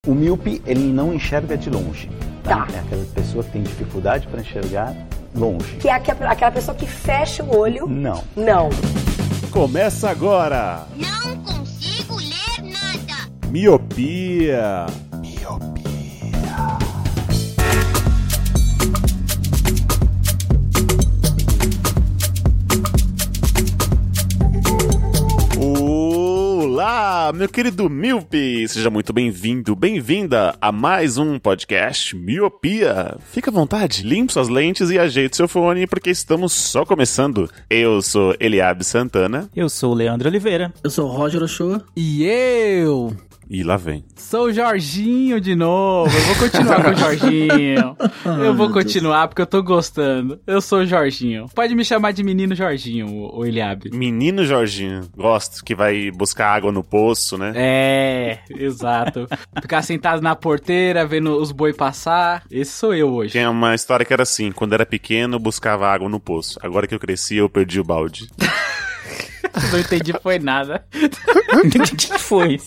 O míope, ele não enxerga de longe. Tá. É aquela pessoa que tem dificuldade para enxergar longe. Que é aquela pessoa que fecha o olho? Não. Não. Começa agora! Não consigo ler nada. Miopia! Olá, meu querido míope! Seja muito bem-vindo, bem-vinda a mais um podcast Miopia. Fica à vontade, limpe suas lentes e ajeite seu fone, porque estamos só começando. Eu sou Eliabe Santana. Eu sou o Leandro Oliveira. Eu sou o Roger Ochoa. E eu E lá vem. sou o Jorginho de novo. Eu vou continuar com o Jorginho. Eu vou continuar porque eu tô gostando. Eu sou o Jorginho. Pode me chamar de menino Jorginho, o Eliabe. Menino Jorginho, gosto, que vai buscar água no poço, né? É, exato. Ficar sentado na porteira, vendo os boi passar. Esse sou eu hoje. Tinha uma história que era assim, quando era pequeno, eu buscava água no poço. Agora que eu cresci, eu perdi o balde. Não entendi foi nada. O que foi?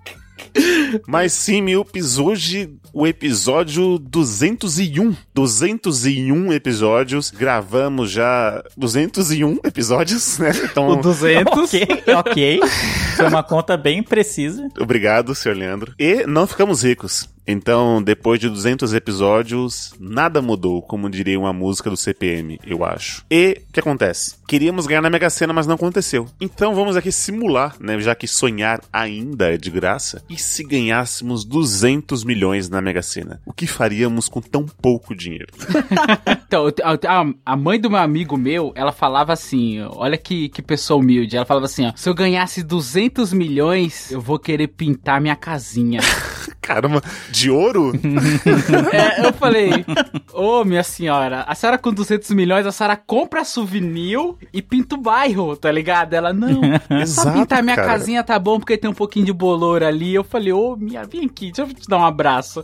Mas sim, míopes, hoje o episódio 201. 201 episódios. Gravamos já 201 episódios, né? Então, O 200. Ok. Foi uma conta bem precisa. obrigado, senhor Leandro. E não ficamos ricos. Então, depois de 200 episódios, nada mudou, como diria uma música do CPM, eu acho. E o que acontece? Queríamos ganhar na Mega Sena, mas não aconteceu. Então vamos aqui simular, né, já que sonhar ainda é de graça. E se ganhássemos 200 milhões na Mega Sena? O que faríamos com tão pouco dinheiro? Então, a mãe do meu amigo meu, ela falava assim, olha que pessoa humilde, ela falava assim, ó, se eu ganhasse 200 milhões, eu vou querer pintar minha casinha. Caramba, de ouro? Eu falei, ô minha senhora, a senhora com 200 milhões, a senhora compra souvenir e pinta o bairro, tá ligado? Ela, não, só Exato, pintar minha cara. casinha tá bom, porque tem um pouquinho de bolor ali. Eu falei, ô minha, vem aqui, deixa eu te dar um abraço.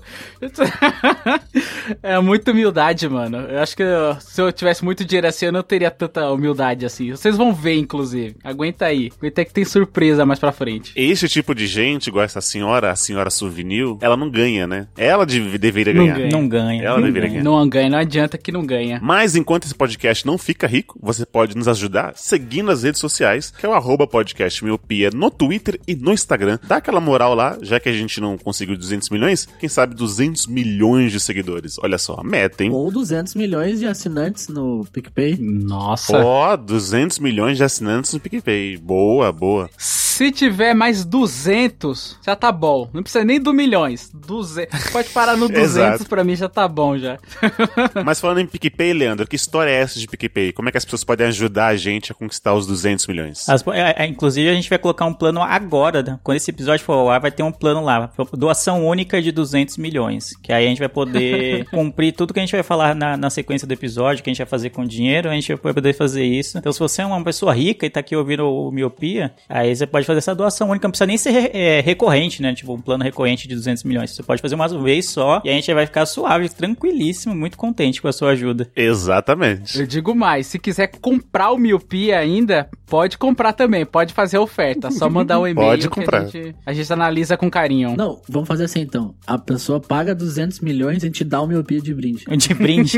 É muita humildade, mano. Eu acho que se eu tivesse muito dinheiro assim, eu não teria tanta humildade assim. Vocês vão ver, inclusive. Aguenta aí que tem surpresa mais pra frente. Esse tipo de gente, igual essa senhora, a senhora Souvenir, ela não ganha, né? Ela deveria ganhar. Não ganha. Ela deveria ganhar. Não ganha, não adianta que não ganha. Mas enquanto esse podcast não fica rico, você pode nos ajudar seguindo as redes sociais, que é o @podcastmiopia no Twitter e no Instagram. Dá aquela moral lá, já que a gente não conseguiu 200 milhões, quem sabe 200 milhões de seguidores. Olha só, a meta, hein? Ou 200 milhões de assinantes no PicPay. Nossa. Ó, 200 milhões de assinantes no PicPay. Boa, boa. Se tiver mais 200, já tá bom. Não precisa nem do milhões. 200. Pode parar no 200, Exato. pra mim já tá bom já. Mas falando em PicPay, Leandro, que história é essa de PicPay? Como é que as pessoas podem ajudar a gente a conquistar os 200 milhões? Inclusive, a gente vai colocar um plano agora, né? Quando esse episódio for ao ar, vai ter um plano lá. Doação única de 200 milhões. Que aí a gente vai poder cumprir tudo que a gente vai falar na sequência do episódio, que a gente vai fazer com dinheiro, a gente vai poder fazer isso. Então, se você é uma pessoa rica e tá aqui ouvindo o Miopia, aí você pode fazer essa doação única. Não precisa nem ser recorrente, né? Tipo, um plano recorrente de 200 milhões. Você pode fazer uma vez só e a gente vai ficar suave, tranquilíssimo, muito contente com a sua ajuda. Exatamente. Eu digo mais, se quiser comprar o Miopia ainda, pode comprar também, pode fazer oferta, só mandar um e-mail Pode que comprar. a gente analisa com carinho. Não, vamos fazer assim então. A pessoa paga 200 milhões e a gente dá o miopia de brinde. De brinde.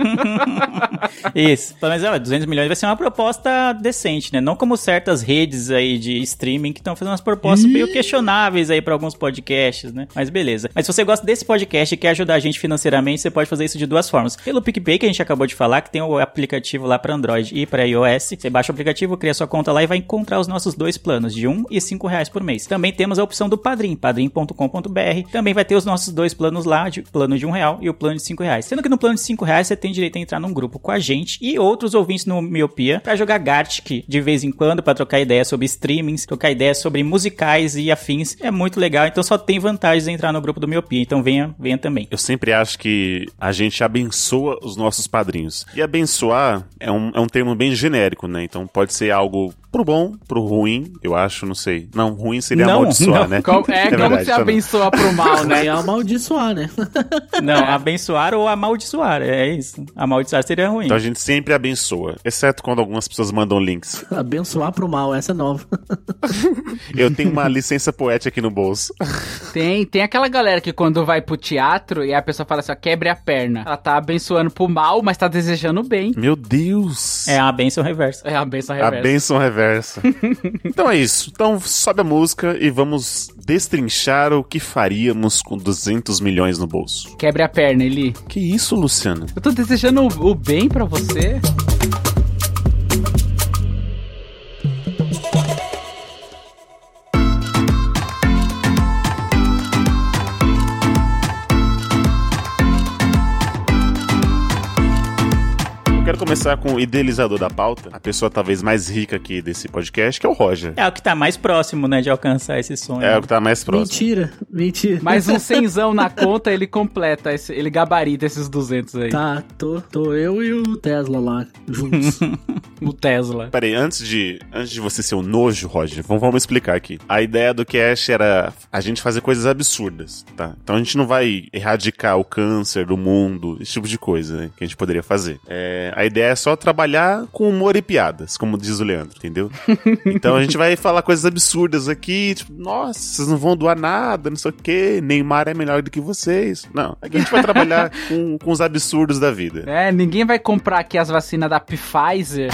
Isso. Mas, 200 milhões vai ser uma proposta decente, né? Não como certas redes aí de streaming que estão fazendo umas propostas meio questionáveis aí pra alguns podcasts, né? Mas beleza. Mas se você gosta desse podcast e quer ajudar a gente financeiramente, você pode fazer isso de duas formas. Pelo PicPay, que a gente acabou de falar, que tem o aplicativo lá pra Android e pra iOS. Você baixa o aplicativo, cria sua conta lá e vai encontrar os nossos dois planos, de R$1 e R$5 por mês. Também temos a opção do Padrim, padrim.com.br. Também vai ter os nossos dois planos lá, plano de R$1 e o plano de R$5. Sendo que no plano de R$5 você tem direito a entrar num grupo com a gente e outros ouvintes no Miopia pra jogar Gartic de vez em quando, pra trocar ideias sobre streamings, trocar ideias sobre musicais e afins. É muito legal, então só tem vantagens em entrar no grupo do Miopia, então venha também. Eu sempre acho que a gente abençoa os nossos padrinhos. E abençoar é um termo bem genérico, né? Então pode ser algo pro bom, pro ruim, eu acho, não sei. Não, ruim seria Não, amaldiçoar, não. né? Como verdade, você abençoa pro mal, né? É amaldiçoar, né? Não, abençoar ou amaldiçoar, é isso. Amaldiçoar seria ruim. Então a gente sempre abençoa, exceto quando algumas pessoas mandam links. Abençoar pro mal, essa é nova. Eu tenho uma licença poética aqui no bolso. Tem aquela galera que quando vai pro teatro e a pessoa fala assim, ó, quebre a perna. Ela tá abençoando pro mal, mas tá desejando bem. Meu Deus! É a bênção reversa. É a benção A reversa. bênção reversa. Então é isso. Então sobe a música e vamos destrinchar o que faríamos com 200 milhões no bolso. Quebre a perna, Eli. Que isso, Luciano? Eu tô desejando o bem pra você. Eu quero começar com o idealizador da pauta, a pessoa talvez mais rica aqui desse podcast, que é o Roger. É o que tá mais próximo, né, de alcançar esse sonho. É o que tá mais próximo. Mentira. Mais um 100zão na conta, ele completa, ele gabarita esses 200 aí. Tá, tô eu e o Tesla lá, juntos. O Tesla. Peraí, antes de você ser um nojo, Roger, vamos explicar aqui. A ideia do cast era a gente fazer coisas absurdas, tá? Então a gente não vai erradicar o câncer do mundo, esse tipo de coisa, né, que a gente poderia fazer. A ideia é só trabalhar com humor e piadas, como diz o Leandro, entendeu? Então a gente vai falar coisas absurdas aqui, tipo, nossa, vocês não vão doar nada, não sei o quê, Neymar é melhor do que vocês. Não, aqui a gente vai trabalhar com os absurdos da vida. Ninguém vai comprar aqui as vacinas da Pfizer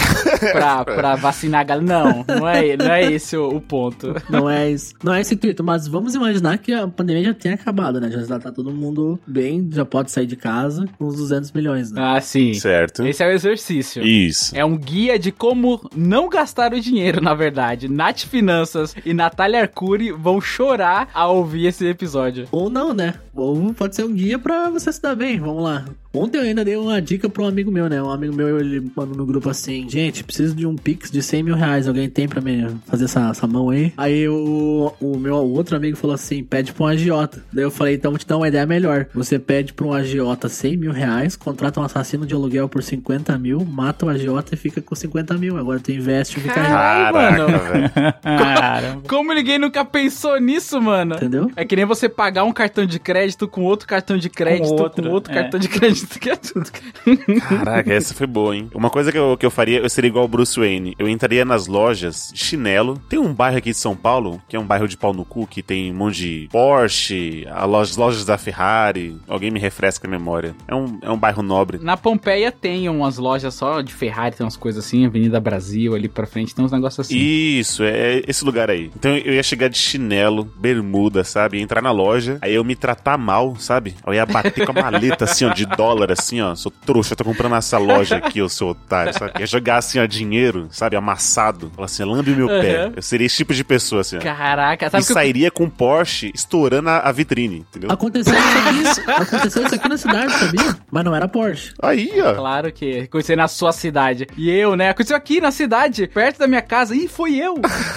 pra vacinar a galera. Não é esse o ponto. Não é esse o intuito, mas vamos imaginar que a pandemia já tenha acabado, né? Já tá todo mundo bem, já pode sair de casa com os 200 milhões, né? Ah, sim. Certo. Esse é o exercício. Isso. É um guia de como não gastar o dinheiro, na verdade. Nath Finanças e Natália Arcuri vão chorar ao ouvir esse episódio. Ou não, né? Ou pode ser um guia pra você se dar bem, vamos lá. Ontem eu ainda dei uma dica pra um amigo meu, né? Um amigo meu, ele mandou no grupo assim, gente, preciso de um Pix de 100 mil reais, alguém tem pra me fazer essa mão aí? Aí o meu outro amigo falou assim, pede pra um agiota. Daí eu falei, então vou te dar uma ideia melhor. Você pede pra um agiota 100 mil reais, contrata um assassino de aluguel por 50 mil, mata o agiota e fica com 50 mil. Agora tu investe e fica rico. Caraca, velho. Caramba. Como ninguém nunca pensou nisso, mano? Entendeu? É que nem você pagar um cartão de crédito com outro cartão de crédito, com outro cartão de crédito, que é tudo. Caraca, essa foi boa, hein? Uma coisa que eu faria, eu seria igual o Bruce Wayne. Eu entraria nas lojas de chinelo. Tem um bairro aqui de São Paulo, que é um bairro de pau no cu, que tem um monte de Porsche, as lojas da Ferrari. Alguém me refresca a memória. É um bairro nobre. Na Pompeia tem umas lojas só de Ferrari, tem umas coisas assim, Avenida Brasil, ali pra frente, tem uns negócios assim. Isso, é esse lugar aí. Então eu ia chegar de chinelo, bermuda, sabe? Ia entrar na loja, aí eu me tratar mal, sabe? Eu ia bater com a maleta, assim, ó, de dólar, assim, ó. Sou trouxa, tô comprando essa loja aqui, eu sou otário, sabe? Ia jogar, assim, ó, dinheiro, sabe? Amassado. Falar assim, lambe o meu pé. Eu seria esse tipo de pessoa, assim, ó. Caraca, sabe E sairia com um Porsche estourando a vitrine, entendeu? Aconteceu isso aqui na cidade, sabia? Mas não era Porsche. Aí, ó. Claro que aconteceu na sua cidade. E eu, né? Aconteceu aqui na cidade, perto da minha casa. Ih, fui eu!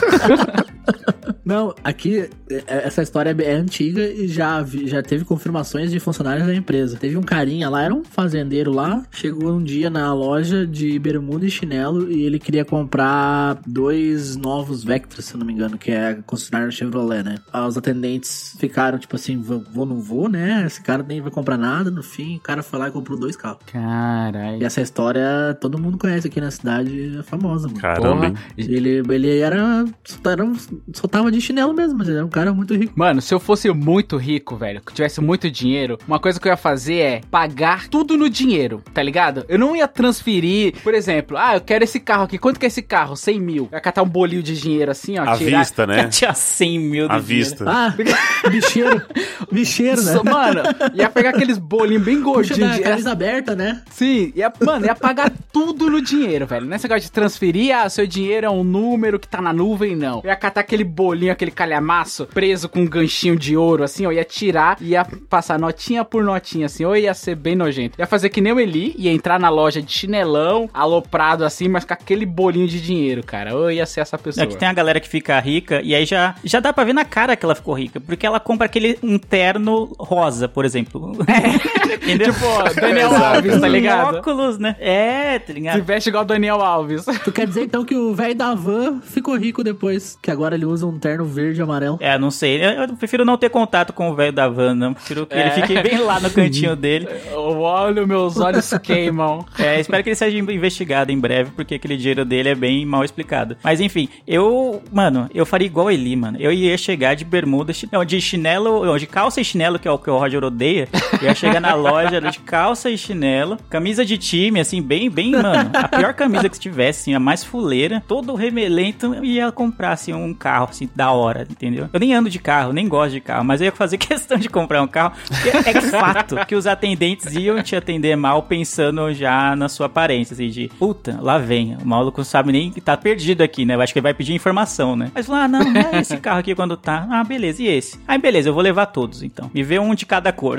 Não, aqui, essa história é antiga e já teve confirmações de funcionários da empresa. Teve um carinha lá, era um fazendeiro lá, chegou um dia na loja de bermuda e chinelo e ele queria comprar 2 novos Vectras, se eu não me engano, que é a concessionária Chevrolet, né? Os atendentes ficaram tipo assim, vou, não vou, né? Esse cara nem vai comprar nada. No fim, o cara foi lá e comprou 2 carros. Caralho. E essa história todo mundo conhece aqui na cidade, é famosa, mano. Caramba, hein? Ele só tava de chinelo mesmo, mas ele era um cara muito rico. Mano, se eu fosse muito rico, velho, que tivesse muito dinheiro, uma coisa que eu ia fazer é pagar tudo no dinheiro, tá ligado? Eu não ia transferir, por exemplo, eu quero esse carro aqui, quanto que é esse carro? 100 mil. Eu ia catar um bolinho de dinheiro assim, ó. À vista, né? Tinha 100 mil À vista. Bicheiro, né? Mano, ia pegar aqueles bolinhos bem gordinhos. Da camisa aberta, né? Sim, ia pagar tudo no dinheiro, velho. Não é esse negócio de transferir, seu dinheiro é um número que tá na nuvem, não. Eu ia catar aquele bolinho bolinho, aquele calhamaço, preso com um ganchinho de ouro, assim, ó, ia tirar, ia passar notinha por notinha, assim, ou ia ser bem nojento. Ia fazer que nem o Eli, ia entrar na loja de chinelão, aloprado assim, mas com aquele bolinho de dinheiro, cara. Ou ia ser essa pessoa. É que tem a galera que fica rica e aí já dá pra ver na cara que ela ficou rica, porque ela compra aquele terno rosa, por exemplo. Entendeu? Tipo, Daniel Alves, tá ligado? Óculos, né? Tá ligado? Se veste igual Daniel Alves. Tu quer dizer então que o velho da van ficou rico depois, que agora ele usa um terno verde e amarelo? Não sei. Eu prefiro não ter contato com o velho da van, não. Prefiro que ele fique bem lá no cantinho dele. Olha, meus olhos queimam. Espero que ele seja investigado em breve, porque aquele dinheiro dele é bem mal explicado. Mas enfim, eu faria igual ele, mano. Eu ia chegar de bermuda, de chinelo, de calça e chinelo, que é o que o Roger odeia. Eu ia chegar na loja de calça e chinelo, camisa de time, assim, bem, mano, a pior camisa que tivesse, assim, a mais fuleira, todo remelento, e ia comprar, assim, um carro, assim, da hora, entendeu? Eu nem ando de carro, nem gosto de carro, mas eu ia fazer questão de comprar um carro, porque é fato que os atendentes iam te atender mal pensando já na sua aparência, assim, de, puta, lá vem, o maluco não sabe nem que tá perdido aqui, né? Eu acho que ele vai pedir informação, né? Mas lá, não é esse carro aqui quando tá. Ah, beleza, e esse? Aí, beleza, eu vou levar todos, então. Me vê um de cada cor.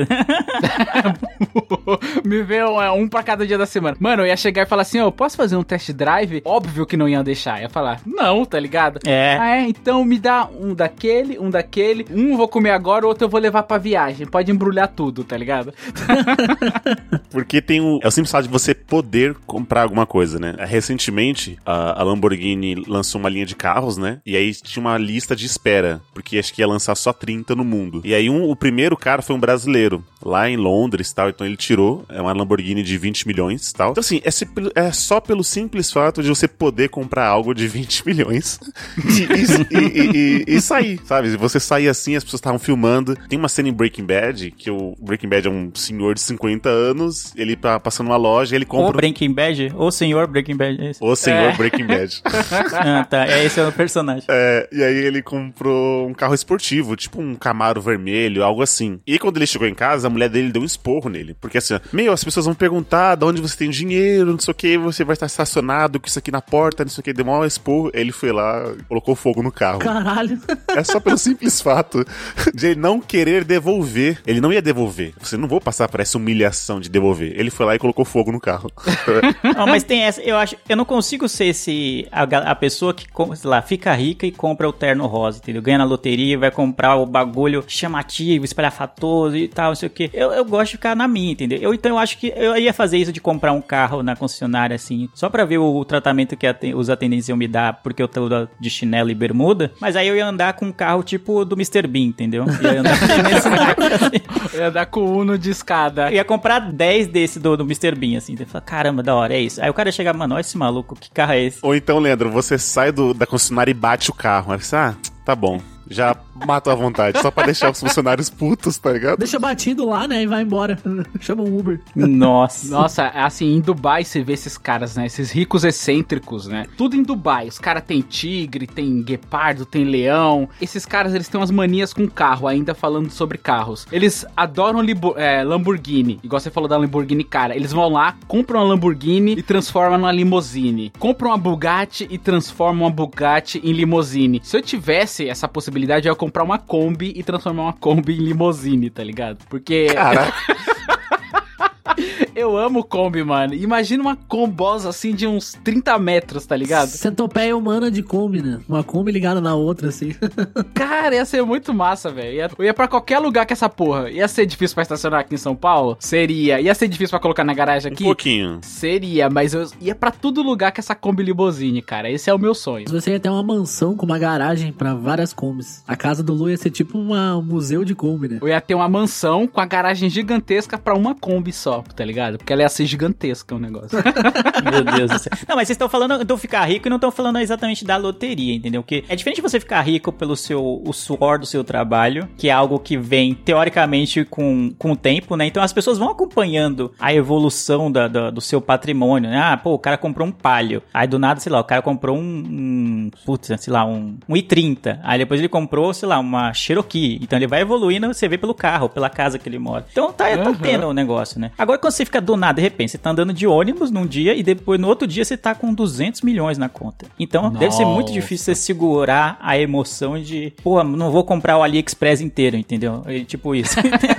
Me vê um pra cada dia da semana. Mano, eu ia chegar e falar assim, posso fazer um test drive? Óbvio que não ia deixar. Ia falar, não, tá ligado? Então me dá um daquele, um eu vou comer agora, o outro eu vou levar pra viagem. Pode embrulhar tudo, tá ligado? Porque tem é o simples fato de você poder comprar alguma coisa, né? Recentemente, a Lamborghini lançou uma linha de carros, né? E aí tinha uma lista de espera, porque acho que ia lançar só 30 no mundo. E aí o primeiro cara foi um brasileiro, lá em Londres e tal, então ele tirou uma Lamborghini de 20 milhões e tal. Então assim, é só pelo simples fato de você poder comprar algo de 20 milhões e sair, sabe? Você sair assim, as pessoas estavam filmando. Tem uma cena em Breaking Bad, que o Breaking Bad é um senhor de 50 anos, ele tá passando uma loja e ele compra... O Breaking Bad? O senhor Breaking Bad, é isso? O senhor Breaking Bad. Tá, esse é o personagem. E aí ele comprou um carro esportivo, tipo um Camaro vermelho, algo assim. E quando ele chegou em casa, a mulher dele deu um esporro nele, porque assim, as pessoas vão perguntar de onde você tem dinheiro, não sei o que, você vai estar estacionado com isso aqui na porta, não sei o que, deu um esporro, ele foi lá, colocou fogo no carro. Caralho. É só pelo simples fato de ele não querer devolver. Ele não ia devolver. Você não vou passar por essa humilhação de devolver. Ele foi lá e colocou fogo no carro. Não, mas tem essa, eu não consigo ser a pessoa que, sei lá, fica rica e compra o terno rosa, entendeu? Ganha na loteria, vai comprar o bagulho chamativo, espalhafatoso e tal, não sei o que. Eu gosto de ficar na minha, entendeu? Então eu acho que eu ia fazer isso de comprar um carro na concessionária, assim, só pra ver o tratamento que os atendentes iam me dar, porque eu tô de chinelo e bermuda, mas aí eu ia andar com um carro tipo do Mr. Bean, entendeu? Ia andar nesse naipe, assim. Ia andar com Uno de escada. Eu ia comprar 10 desse do Mr. Bean, assim. Eu ia falar, caramba, da hora, é isso. Aí o cara ia chegar, mano, olha esse maluco, que carro é esse? Ou então, Leandro, você sai da concessionária e bate o carro. Aí você, tá bom. Já mato à vontade, só pra deixar os funcionários putos, tá ligado? Deixa batido lá, né, e vai embora. Chama um Uber. Nossa, assim, em Dubai você vê esses caras, né, esses ricos excêntricos, né, tudo em Dubai, os caras tem tigre, tem guepardo, tem leão, esses caras, eles têm umas manias com carro, ainda falando sobre carros, eles adoram Lamborghini, igual você falou da Lamborghini, cara, eles vão lá, compram uma Lamborghini e transformam numa limousine, compram uma Bugatti e transformam uma Bugatti em limousine. Se eu tivesse essa possibilidade, eu ia comprar uma Kombi e transformar uma Kombi em limousine, tá ligado? Porque... Caraca. Eu amo Kombi, mano. Imagina uma combosa assim de uns 30 metros, tá ligado? Centopeia humana de Kombi, né? Uma Kombi ligada na outra, assim. Cara, ia ser muito massa, velho. Eu ia pra qualquer lugar com essa porra. Ia ser difícil pra estacionar aqui em São Paulo? Seria. Ia ser difícil pra colocar na garagem aqui? Um pouquinho. Seria, mas eu ia pra todo lugar com essa Kombi limousine, cara. Esse é o meu sonho. Você ia ter uma mansão com uma garagem pra várias Kombis. A casa do Lu ia ser tipo um museu de Kombi, né? Eu ia ter uma mansão com a garagem gigantesca pra uma Kombi só, tá ligado? Porque ela ia ser gigantesca o negócio. Meu Deus do céu. Não, mas vocês estão falando de ficar rico e não estão falando exatamente da loteria, entendeu? Porque é diferente você ficar rico pelo o suor do seu trabalho, que é algo que vem, teoricamente, com o tempo, né? Então as pessoas vão acompanhando a evolução do seu patrimônio, né? Ah, pô, o cara comprou um Palio. Aí do nada, sei lá, o cara comprou um i30. Aí depois ele comprou, sei lá, uma Cherokee. Então ele vai evoluindo, você vê pelo carro, pela casa que ele mora. Então tá tendo o negócio, né? Agora quando você fica fica do nada, de repente, você tá andando de ônibus num dia e depois no outro dia você tá com 200 milhões na conta. Então deve ser muito difícil você segurar a emoção de, pô, não vou comprar o AliExpress inteiro, entendeu? Tipo isso.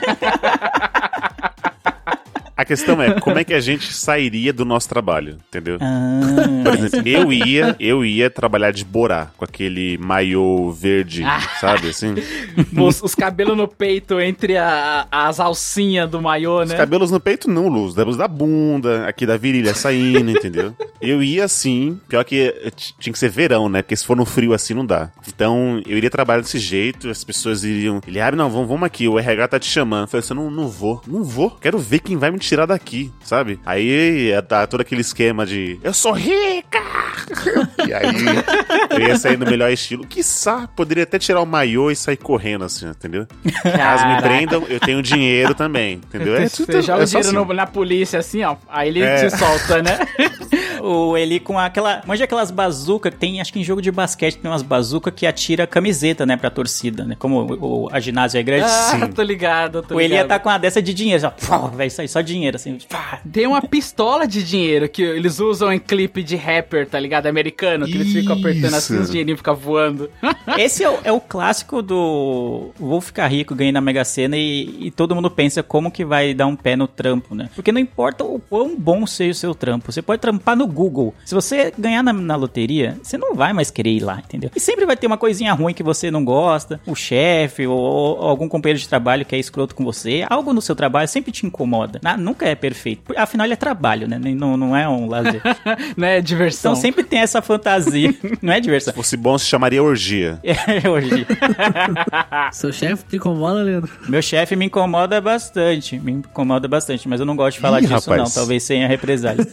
A questão é, como é que a gente sairia do nosso trabalho, entendeu? Por exemplo, eu ia trabalhar de borá, com aquele maiô verde, sabe, assim? Os cabelos no peito entre as alcinhas do maiô, né? Os cabelos no peito não, Luz, da bunda, aqui da virilha saindo, entendeu? Eu ia assim, pior que tinha que ser verão, né? Porque se for no frio assim não dá. Então, eu iria trabalhar desse jeito, as pessoas iriam... Não, vamos aqui, o RH tá te chamando. Eu falei assim, não vou. Quero ver quem vai me tirar daqui, sabe? Aí tá todo aquele esquema de eu sou rica! E aí eu ia sair no melhor estilo. Quiçá, poderia até tirar o maiô e sair correndo assim, entendeu? Caso me prendam, eu tenho dinheiro também, entendeu? Você joga o dinheiro assim. Na polícia assim, ó. Aí ele te solta, né? O Eli com aquela... Manja aquelas bazucas que tem, acho que em jogo de basquete tem umas bazucas que atira camiseta, né, pra torcida, né? Como a ginásio é grande. Sim. Tô ligado. O Eli ia tá com uma dessa de dinheiro, ó. Vai sair só dinheiro, assim. Tem uma pistola de dinheiro que eles usam em clipe de rapper, tá ligado? Americano, que eles ficam apertando assim, os dinheirinhos ficam voando. Esse é o clássico do vou ficar rico, ganhei na Mega Sena e todo mundo pensa como que vai dar um pé no trampo, né? Porque não importa o quão bom seja o seu trampo, você pode trampar no Google. Se você ganhar na loteria, você não vai mais querer ir lá, entendeu? E sempre vai ter uma coisinha ruim que você não gosta, o chefe ou algum companheiro de trabalho que é escroto com você, algo no seu trabalho sempre te incomoda. Nunca é perfeito. Afinal, ele é trabalho, né? Não é um lazer. Não é diversão. Então sempre tem essa fantasia. Não é diversão. Se fosse bom, se chamaria orgia. É orgia. Seu chefe te incomoda, Leandro? Meu chefe me incomoda bastante. Mas eu não gosto de falar disso, rapaz. não. Talvez sem a represália.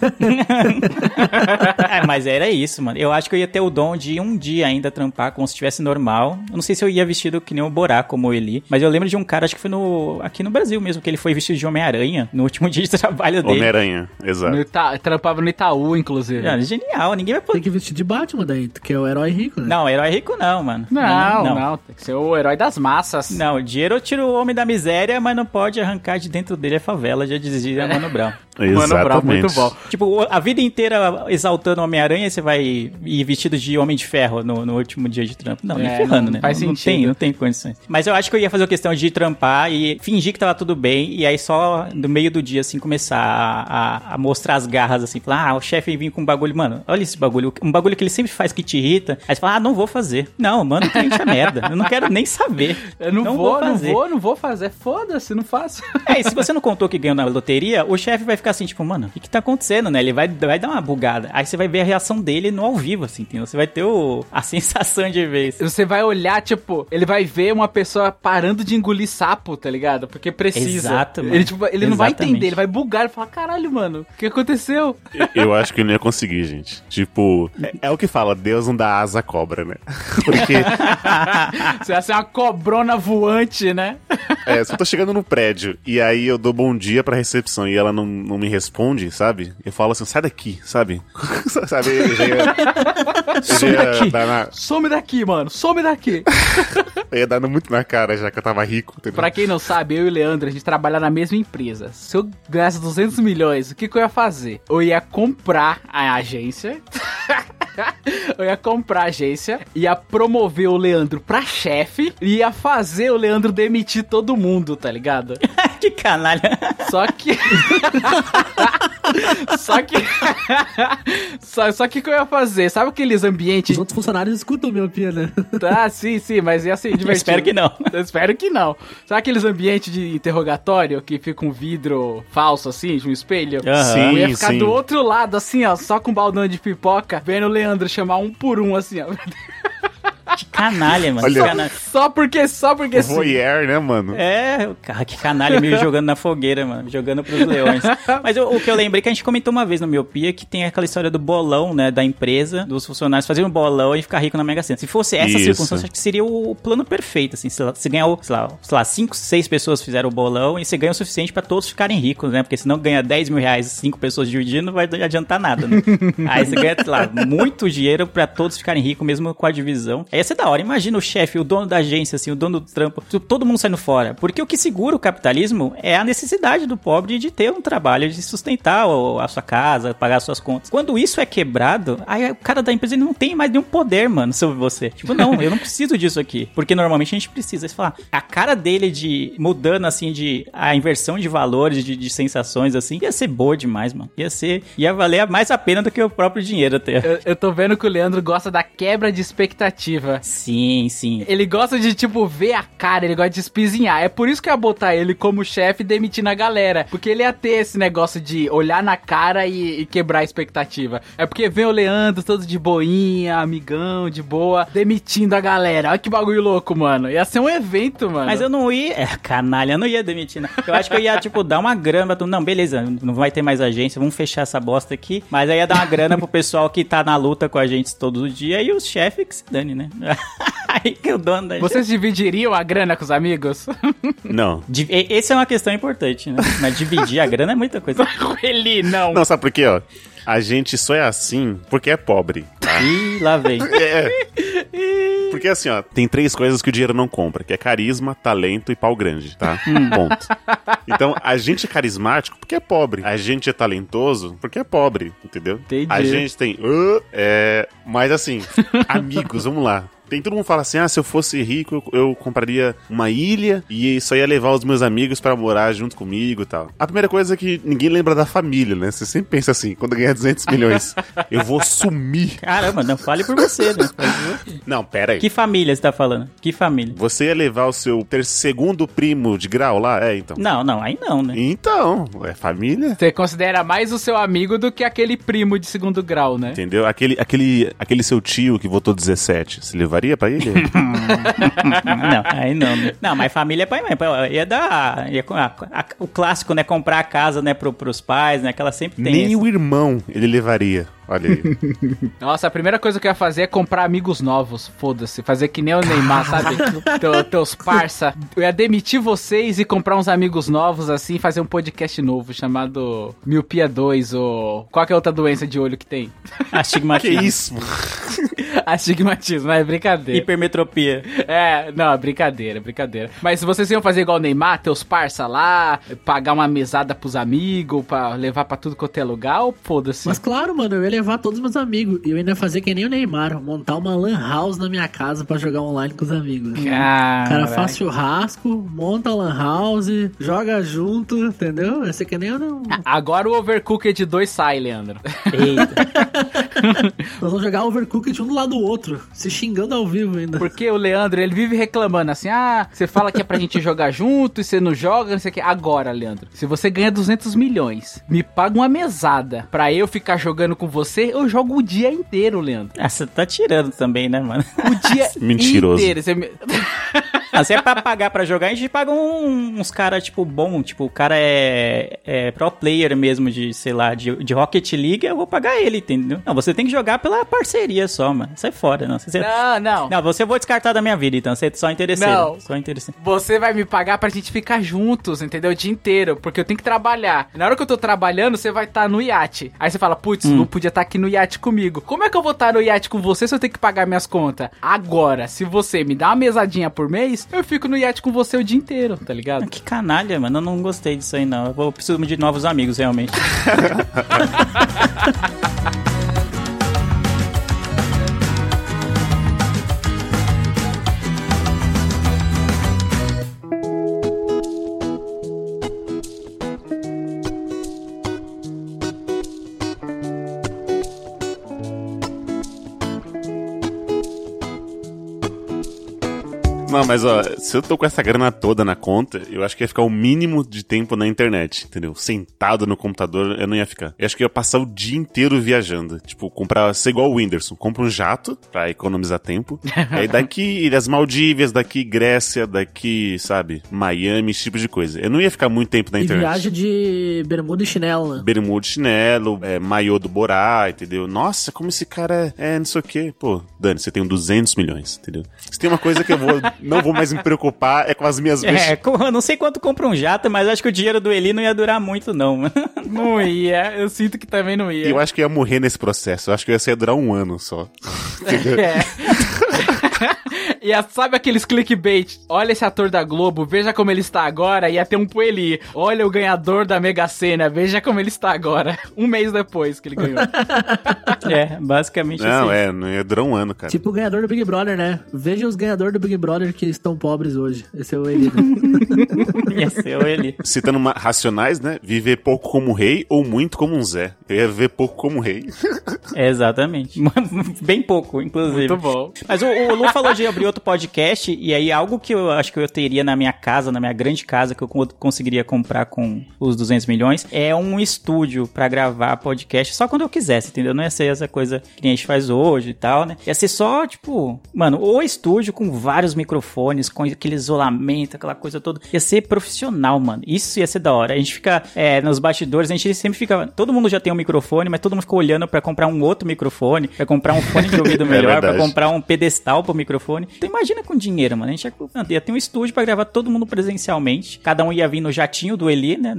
Mas era isso, mano. Eu acho que eu ia ter o dom de um dia ainda trampar como se estivesse normal. Eu não sei se eu ia vestido que nem o Borá, como o Eli. Mas eu lembro de um cara, acho que foi aqui no Brasil mesmo, que ele foi vestido de Homem-Aranha no último dia de trabalho dele. Homem-Aranha, exato. Trampava no Itaú, inclusive. Genial, ninguém vai poder. Tem que vestir de Batman daí, que é o herói rico, né? Não, herói rico não, mano. Não. Tem que ser o herói das massas. Não, o dinheiro tira o homem da miséria, mas não pode arrancar de dentro dele a favela, já dizia Mano Brown. Exatamente. Mano Brown, muito bom. Tipo, a vida inteira exaltando o Homem-Aranha, você vai ir vestido de Homem de Ferro no último dia de trampo. Não, nem ferrando, né? Faz sentido. Não tem condições. Mas eu acho que eu ia fazer a questão de trampar e fingir que tava tudo bem, e aí só no meio do dia, assim, começar a mostrar as garras, assim, falar, o chefe vem com um bagulho, mano, olha esse bagulho, um bagulho que ele sempre faz que te irrita, aí você fala, não vou fazer. Não, mano, cliente é merda, eu não quero nem saber. Eu não vou fazer, foda-se, não faço. E se você não contou que ganhou na loteria, o chefe vai ficar assim, tipo, mano, o que tá acontecendo, né? Ele vai dar uma bugada. Aí você vai ver a reação dele no ao vivo, assim, entendeu? Você vai ter a sensação de ver isso. Você vai olhar, tipo, ele vai ver uma pessoa parando de engolir sapo, tá ligado? Porque precisa. Exato, mano. Ele não vai entender, ele vai bugar e falar, caralho, mano, o que aconteceu? Eu acho que eu não ia conseguir, gente. Tipo, é o que fala, Deus não dá asa à cobra, né? Porque... Você vai ser uma cobrona voante, né? Se eu tô chegando no prédio e aí eu dou bom dia pra recepção e ela não me responde, sabe? Eu falo assim, sai daqui, sabe? Sabe? Eu já ia Some daqui, mano, some daqui. Eu ia dando muito na cara já que eu tava rico, entendeu? Pra quem não sabe, eu e o Leandro, a gente trabalha na mesma empresa. Se eu ganhasse 200 milhões, o que eu ia fazer? Eu ia comprar a agência... Eu ia comprar a agência, ia promover o Leandro pra chefe e ia fazer o Leandro demitir todo mundo, tá ligado? Que canalha. Só que o que eu ia fazer? Sabe aqueles ambientes... Os outros funcionários escutam minha opinião, né? Ah, sim, mas ia ser divertido. Espero que não. Eu espero que não. Sabe aqueles ambientes de interrogatório que fica um vidro falso, assim, de um espelho? Sim, eu ia ficar do outro lado, assim, ó, só com um baldão de pipoca, vendo o Leandro chamar um por um, assim, ó. Que canalha, mano. Olha, canalha. Só porque sim. Voyeur, né, mano? Que canalha me jogando na fogueira, mano. Jogando pros leões. Mas o que eu lembrei que a gente comentou uma vez no Miopia, que tem aquela história do bolão, né, da empresa, dos funcionários fazerem um bolão e ficar rico na Mega Sena. Se fosse essa circunstância, acho que seria o plano perfeito, assim. Se ganhar, sei lá, 5, 6 pessoas fizeram o bolão e você ganha o suficiente pra todos ficarem ricos, né? Porque senão ganha 10 mil reais, 5 pessoas dividindo, não vai adiantar nada, né? Aí você ganha, sei lá, muito dinheiro pra todos ficarem ricos, mesmo com a divisão. Aí ia ser da hora. Imagina o chefe, o dono da agência, assim, o dono do trampo, todo mundo saindo fora. Porque o que segura o capitalismo é a necessidade do pobre de ter um trabalho, de sustentar a sua casa, pagar as suas contas. Quando isso é quebrado, aí o cara da empresa ele não tem mais nenhum poder, mano, sobre você. Tipo, não, eu não preciso disso aqui. Porque normalmente a gente precisa. Você fala, a cara dele de mudando, assim, de a inversão de valores, de sensações, assim, ia ser boa demais, mano. Ia valer mais a pena do que o próprio dinheiro até. Eu tô vendo que o Leandro gosta da quebra de expectativa. Sim, sim. Ele gosta de, tipo, ver a cara, ele gosta de espizinhar. É por isso que eu ia botar ele como chefe demitindo a galera. Porque ele ia ter esse negócio de olhar na cara e quebrar a expectativa. É porque vem o Leandro todo de boinha, amigão, de boa, demitindo a galera. Olha que bagulho louco, mano. Ia ser um evento, mano. Mas eu não ia... canalha, eu não ia demitir, não. Eu acho que eu ia, tipo, dar uma grana. Não, beleza, não vai ter mais agência, vamos fechar essa bosta aqui. Mas aí ia dar uma grana pro pessoal que tá na luta com a gente todo dia e os chefes que se dane, né? Aí que o dono da Vocês dividiriam a grana com os amigos? Não. Essa é uma questão importante, né? Mas dividir a grana é muita coisa. Ele não. Não, sabe por quê, ó? A gente só é assim porque é pobre. Tá? Ih, lá vem. Porque assim, ó, tem 3 coisas que o dinheiro não compra, que é carisma, talento e pau grande, tá? Ponto. Então, a gente é carismático porque é pobre. A gente é talentoso porque é pobre, entendeu? Entendi. A gente tem... mas assim, amigos, vamos lá. Todo mundo fala assim, se eu fosse rico, eu compraria uma ilha e só ia levar os meus amigos pra morar junto comigo e tal. A primeira coisa é que ninguém lembra da família, né? Você sempre pensa assim, quando ganhar 200 milhões, eu vou sumir. Caramba, não fale por você, né? Não, pera aí. Que família você tá falando? Que família? Você ia levar o seu segundo primo de grau lá? Então. Não, aí não, né? Então, é família. Você considera mais o seu amigo do que aquele primo de segundo grau, né? Entendeu? Aquele seu tio que votou 17, você levaria pra ele? Não, aí não, né? Não, mas família é pai e mãe. Ia dar... o clássico, né? Comprar a casa, né? Pros pais, né? Que ela sempre tem. Nem o irmão ele levaria. Olha aí. Nossa, a primeira coisa que eu ia fazer é comprar amigos novos. Foda-se. Fazer que nem o Neymar, sabe? Teus parça. Eu ia demitir vocês e comprar uns amigos novos, assim, e fazer um podcast novo chamado Miopia 2 ou... Qual que é a outra doença de olho que tem? Astigmatismo. Que isso? Astigmatismo, é brincadeira. Hipermetropia. Não, brincadeira. Mas se vocês iam fazer igual o Neymar, teus parça lá, pagar uma mesada pros amigos, pra levar pra tudo quanto é lugar, ou foda-se? Mas claro, mano, eu ia levar todos os meus amigos. E eu ainda ia fazer que nem o Neymar, montar uma lan house na minha casa pra jogar online com os amigos. O cara faz churrasco, monta a lan house, joga junto, entendeu? Ia ser que nem eu não... Agora o Overcooked 2 sai, Leandro. Eita. Nós vamos jogar Overcooked um do lado do outro, se xingando ao vivo ainda. Porque o Leandro, ele vive reclamando assim, você fala que é pra gente jogar junto e você não joga, não sei o que. Agora, Leandro, se você ganha 200 milhões, me paga uma mesada pra eu ficar jogando com você, eu jogo o dia inteiro, Leandro. Você tá tirando também, né, mano? O dia Mentiroso. inteiro. Se é pra pagar pra jogar, a gente paga uns caras, tipo, bom. Tipo, o cara é pro player mesmo de, sei lá, de Rocket League, eu vou pagar ele, entendeu? Não, você tem que jogar pela parceria só, mano. Sai fora, não. Não, você eu vou descartar da minha vida, então. Você é só interesseiro. Não. Só interesseiro. Você vai me pagar pra gente ficar juntos, entendeu? O dia inteiro, porque eu tenho que trabalhar. Na hora que eu tô trabalhando, você vai estar no iate. Aí você fala, putz, não podia estar aqui no iate comigo. Como é que eu vou estar no iate com você se eu tenho que pagar minhas contas? Agora, se você me dá uma mesadinha por mês, eu fico no iate com você o dia inteiro, tá ligado? Que canalha, mano. Eu não gostei disso aí, não. Eu preciso de novos amigos, realmente. Não, mas ó, se eu tô com essa grana toda na conta, eu acho que ia ficar o mínimo de tempo na internet, entendeu? Sentado no computador, eu não ia ficar. Eu acho que eu ia passar o dia inteiro viajando. Tipo, ser igual o Whindersson. Compra um jato pra economizar tempo. Aí daqui das Maldivas, daqui Grécia, daqui, sabe, Miami, esse tipo de coisa. Eu não ia ficar muito tempo na internet. E viagem de bermuda e chinelo, né? Bermuda e chinelo, maiô do Borá, entendeu? Nossa, como esse cara não sei o quê. Pô, Dani, você tem 200 milhões, entendeu? Se tem uma coisa que eu não vou mais me preocupar, é com as minhas eu não sei quanto compra um jato, mas acho que o dinheiro do Eli não ia durar muito, não. Não ia, eu sinto que também não ia. Eu acho que ia morrer nesse processo, eu acho que ia durar 1 ano só. Entendeu? Sabe aqueles clickbait? Olha esse ator da Globo, veja como ele está agora. Ia ter um Pueli. Olha o ganhador da Mega Sena, veja como ele está agora. Um mês depois que ele ganhou. Basicamente Não ia durar um ano, cara. Tipo o ganhador do Big Brother, né? Veja os ganhadores do Big Brother que estão pobres hoje. Esse é o Eli, né? Ia ser o Eli. Citando Racionais, né? Viver pouco como rei ou muito como um Zé. Eu ia viver pouco como rei. Exatamente. Bem pouco, inclusive. Muito bom. Mas o Lu falou de abrir outro podcast, e aí algo que eu acho que eu teria na minha casa, na minha grande casa, que eu conseguiria comprar com os 200 milhões, é um estúdio pra gravar podcast só quando eu quisesse, entendeu? Não ia ser essa coisa que a gente faz hoje e tal, né? Ia ser só, tipo, mano, o estúdio com vários microfones, com aquele isolamento, aquela coisa toda. Ia ser profissional, mano. Isso ia ser da hora. A gente fica nos bastidores, a gente sempre fica... Todo mundo já tem um microfone, mas todo mundo fica olhando pra comprar um outro microfone, pra comprar um fone de ouvido melhor, pra comprar um pedestal pro microfone. Então imagina com dinheiro, mano. A gente ia ter um estúdio pra gravar todo mundo presencialmente. Cada um ia vir no jatinho do Eli, né?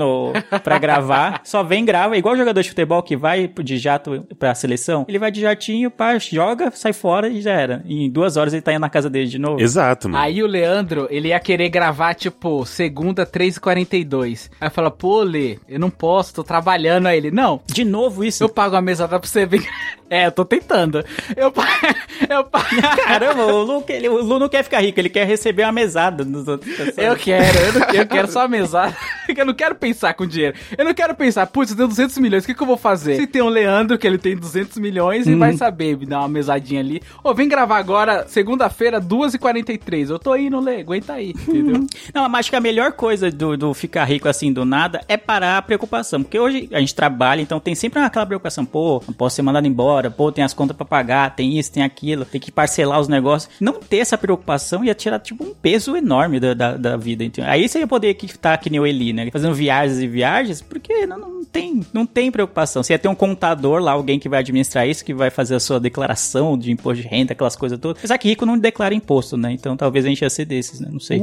Pra gravar. Só vem, grava. Igual o jogador de futebol que vai de jato pra seleção. Ele vai de jatinho, joga, sai fora e já era. Em 2 horas ele tá indo na casa dele de novo. Exato, mano. Aí o Leandro, ele ia querer gravar, tipo, segunda, 3h42. Aí fala, pô, Lê, eu não posso, tô trabalhando. Aí ele, não. De novo isso? Eu pago a mesada pra você vir. Eu tô tentando. Eu pago. Caramba, o Lu não quer ficar rico, ele quer receber uma mesada dos outros. Eu quero só a mesada. Eu não quero pensar com dinheiro. Eu não quero pensar, putz, eu tenho 200 milhões, o que eu vou fazer? Se tem um Leandro, que ele tem 200 milhões, ele vai saber me dar uma mesadinha ali. Vem gravar agora, segunda-feira, 2h43. Eu tô indo, Lê, aguenta aí, entendeu? Não, mas acho que a melhor coisa do ficar rico assim do nada é parar a preocupação. Porque hoje a gente trabalha, então tem sempre aquela preocupação. Pô, não posso ser mandado embora. Pô, tem as contas pra pagar, tem isso, tem aquilo. Tem que parcelar os negócios. Não ter essa preocupação ia tirar, tipo, um peso enorme da vida. Então, aí você ia poder estar que nem o Eli, né? Fazendo viagens e viagens, porque não tem preocupação. Você ia ter um contador lá, alguém que vai administrar isso, que vai fazer a sua declaração de imposto de renda, aquelas coisas todas. Apesar que rico não declara imposto, né? Então talvez a gente ia ser desses, né? Não sei.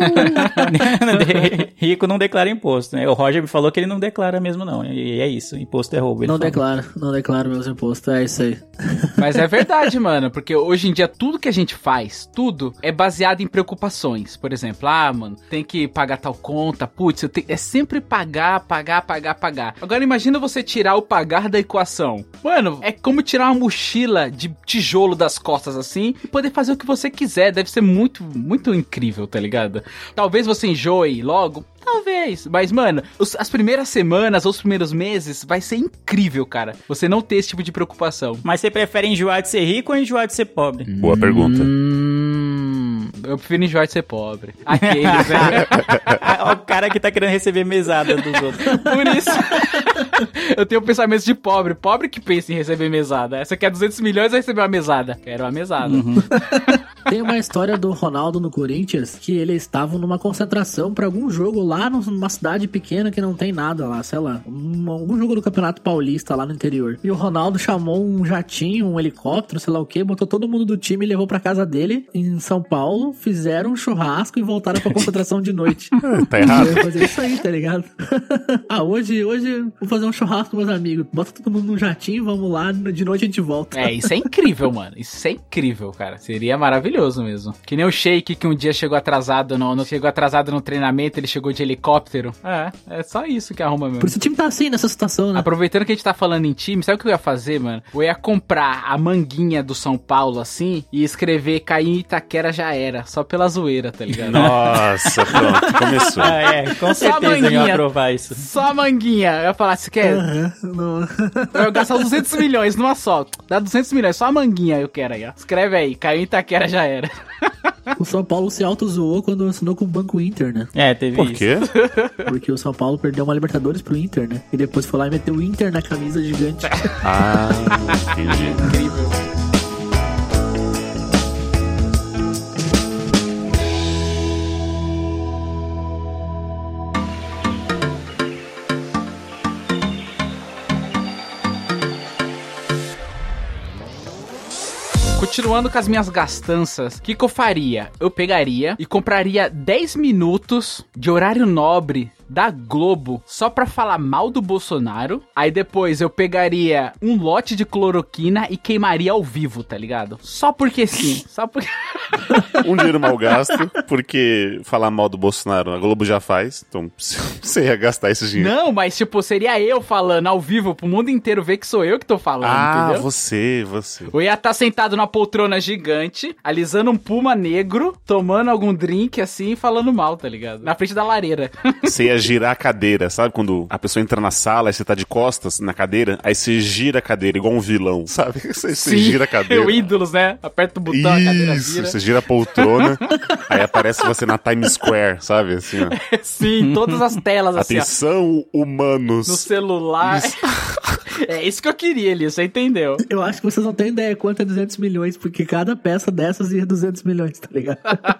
Rico não declara imposto, né? O Roger me falou que ele não declara mesmo, não. E é isso, imposto é roubo. Não declaro meus impostos, é isso aí. Mas é verdade, mano, porque hoje em dia tudo que a gente faz, tudo é baseado em preocupações. Por exemplo, mano, tem que pagar tal conta, putz, é sempre pagar. Agora imagina você tirar o pagar da equação. Mano, é como tirar uma mochila de tijolo das costas assim e poder fazer o que você quiser. Deve ser muito, muito incrível, tá ligado? Talvez você enjoe logo. Talvez, mas mano, as primeiras semanas, os primeiros meses vai ser incrível, cara. Você não ter esse tipo de preocupação. Mas você prefere enjoar de ser rico ou enjoar de ser pobre? Boa pergunta. Eu prefiro enjoar de ser pobre. Aquele, velho. O cara que tá querendo receber mesada dos outros. Por isso, eu tenho pensamentos de pobre. Pobre que pensa em receber mesada. Você quer 200 milhões vai receber uma mesada. Quero uma mesada. Tem uma história do Ronaldo no Corinthians, que eles estavam numa concentração pra algum jogo lá numa cidade pequena que não tem nada lá, sei lá. Algum jogo do Campeonato Paulista lá no interior. E o Ronaldo chamou um jatinho, um helicóptero, sei lá o que, botou todo mundo do time e levou pra casa dele em São Paulo, fizeram um churrasco e voltaram pra concentração de noite. Tá errado. Eu ia fazer isso aí, tá ligado? Hoje vou fazer um churrasco com meus amigos. Bota todo mundo num jatinho, vamos lá, de noite a gente volta. Isso é incrível, mano. Isso é incrível, cara. Seria maravilhoso mesmo. Que nem o Sheik que um dia chegou atrasado no treinamento, ele chegou de helicóptero. É só isso que arruma mesmo. Por isso o time tá assim, nessa situação, né? Aproveitando que a gente tá falando em time, sabe o que eu ia fazer, mano? Eu ia comprar a manguinha do São Paulo, assim, e escrever Caí em Itaquera já era. Só pela zoeira, tá ligado? Nossa, pronto, começou. Com certeza eu ia aprovar isso. Só a manguinha. Eu ia falar, você quer? Eu ia gastar 200 milhões numa só. Dá 200 milhões, só a manguinha eu quero aí, ó. Escreve aí, Caí em Itaquera já era. O São Paulo se auto-zoou quando assinou com o Banco Inter, né? Teve Por quê? Porque o São Paulo perdeu uma Libertadores pro Inter, né? E depois foi lá e meteu o Inter na camisa gigante. Entendi. Incrível. Continuando com as minhas gastanças, o que eu faria? Eu pegaria e compraria 10 minutos de horário nobre da Globo só pra falar mal do Bolsonaro. Aí depois eu pegaria um lote de cloroquina e queimaria ao vivo, tá ligado? Só porque sim. Só porque... Um dinheiro mal gasto, porque falar mal do Bolsonaro a Globo já faz, então você ia gastar esse dinheiro. Não, mas tipo, seria eu falando ao vivo pro mundo inteiro ver que sou eu que tô falando, entendeu? Você. Eu ia estar sentado numa poltrona gigante, alisando um puma negro, tomando algum drink assim e falando mal, tá ligado? Na frente da lareira. Você ia girar a cadeira, sabe? Quando a pessoa entra na sala e você tá de costas na cadeira, aí você gira a cadeira igual um vilão, sabe? Você gira a cadeira. O ídolos, né? Aperta o botão, a cadeira vira. Você gira a poltrona, aí aparece você na Times Square, sabe? Assim, ó. Sim, todas as telas assim, Atenção, humanos. no celular. É isso que eu queria, Elias, você entendeu? Eu acho que vocês não têm ideia quanto é 200 milhões, porque cada peça dessas ia 200 milhões, tá ligado?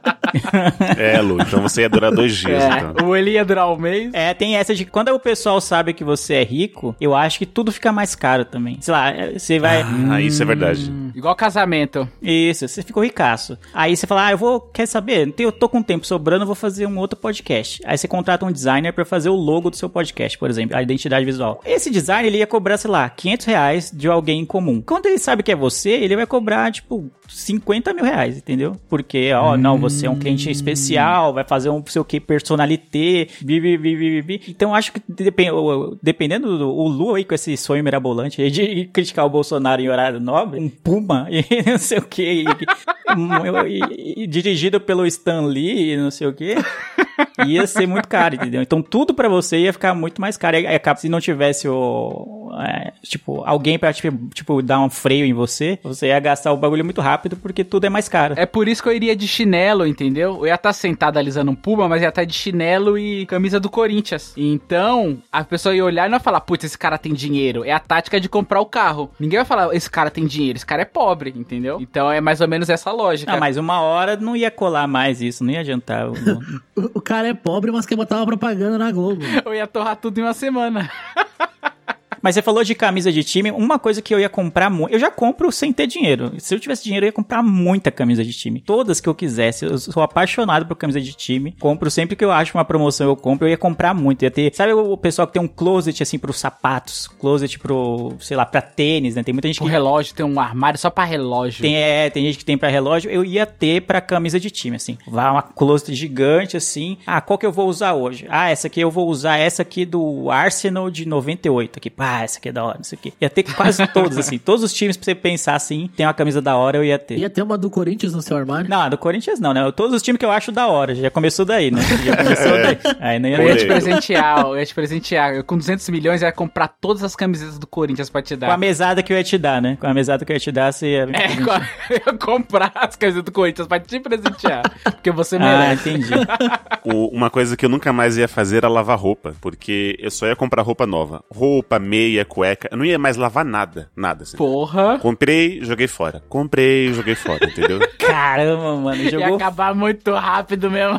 Lu, então você ia durar 2 dias, então. O Eli ia durar um mês. Tem essa de que quando o pessoal sabe que você é rico, eu acho que tudo fica mais caro também. Sei lá, você vai... Isso é verdade. Igual casamento. Isso, você ficou ricaço. Aí você fala, quer saber? Eu tô com tempo sobrando, vou fazer um outro podcast. Aí você contrata um designer pra fazer o logo do seu podcast, por exemplo, a identidade visual. Esse designer, ele ia cobrar, sei lá, R$500 de alguém em comum. Quando ele sabe que é você, ele vai cobrar, tipo, R$50 mil, entendeu? Porque, não, você é um cliente especial, vai fazer um sei o que, personalité, Então, acho que dependendo do Lu aí com esse sonho mirabolante aí de criticar o Bolsonaro em horário nobre, um Puma e não sei o que, e dirigido pelo Stan Lee e não sei o que, ia ser muito caro, entendeu? Então, tudo pra você ia ficar muito mais caro. Se não tivesse alguém pra, tipo, dar um freio em você ia gastar o bagulho muito rápido, porque tudo é mais caro. É por isso que eu iria de chinelo, entendeu? Eu ia estar sentado alisando um Puma, mas ia estar de chinelo e camisa do Corinthians. Então, a pessoa ia olhar e não ia falar, putz, esse cara tem dinheiro. É a tática de comprar o carro. Ninguém vai falar, esse cara tem dinheiro, esse cara é pobre, entendeu? Então, é mais ou menos essa lógica. Não, mas uma hora não ia colar mais isso, não ia adiantar. O cara é pobre, mas quer botar uma propaganda na Globo. Eu ia torrar tudo em uma semana. Mas você falou de camisa de time, uma coisa que eu ia comprar muito, eu já compro sem ter dinheiro. Se eu tivesse dinheiro, eu ia comprar muita camisa de time. Todas que eu quisesse, eu sou apaixonado por camisa de time. Compro sempre que eu acho uma promoção, eu compro. Eu ia comprar muito, ia ter... Sabe o pessoal que tem um closet, assim, pros sapatos? Closet pro, sei lá, pra tênis, né? Tem muita gente que... O relógio, tem um armário só pra relógio. Tem gente que tem pra relógio. Eu ia ter pra camisa de time, assim. Vai uma closet gigante, assim. Qual que eu vou usar hoje? Essa aqui eu vou usar essa aqui do Arsenal de 98, aqui. Essa aqui é da hora, isso aqui. Ia ter quase todos, assim. Todos os times, pra você pensar assim, tem uma camisa da hora, eu ia ter. Ia ter uma do Corinthians no seu armário? Não, do Corinthians não, né? Todos os times que eu acho da hora. Já começou daí, né? Já começou daí. Aí não ia eu ia te presentear. Eu com 200 milhões ia comprar todas as camisetas do Corinthians pra te dar. Com a mesada que eu ia te dar, né? Com a mesada que eu ia te dar, você ia... eu ia comprar as camisetas do Corinthians pra te presentear. Porque você merece. Entendi. Uma coisa que eu nunca mais ia fazer era lavar roupa, porque eu só ia comprar roupa nova. Roupa, meia, cueca, eu não ia mais lavar nada, assim. Porra. Comprei, joguei fora. Entendeu? Caramba, mano, ia acabar muito rápido mesmo.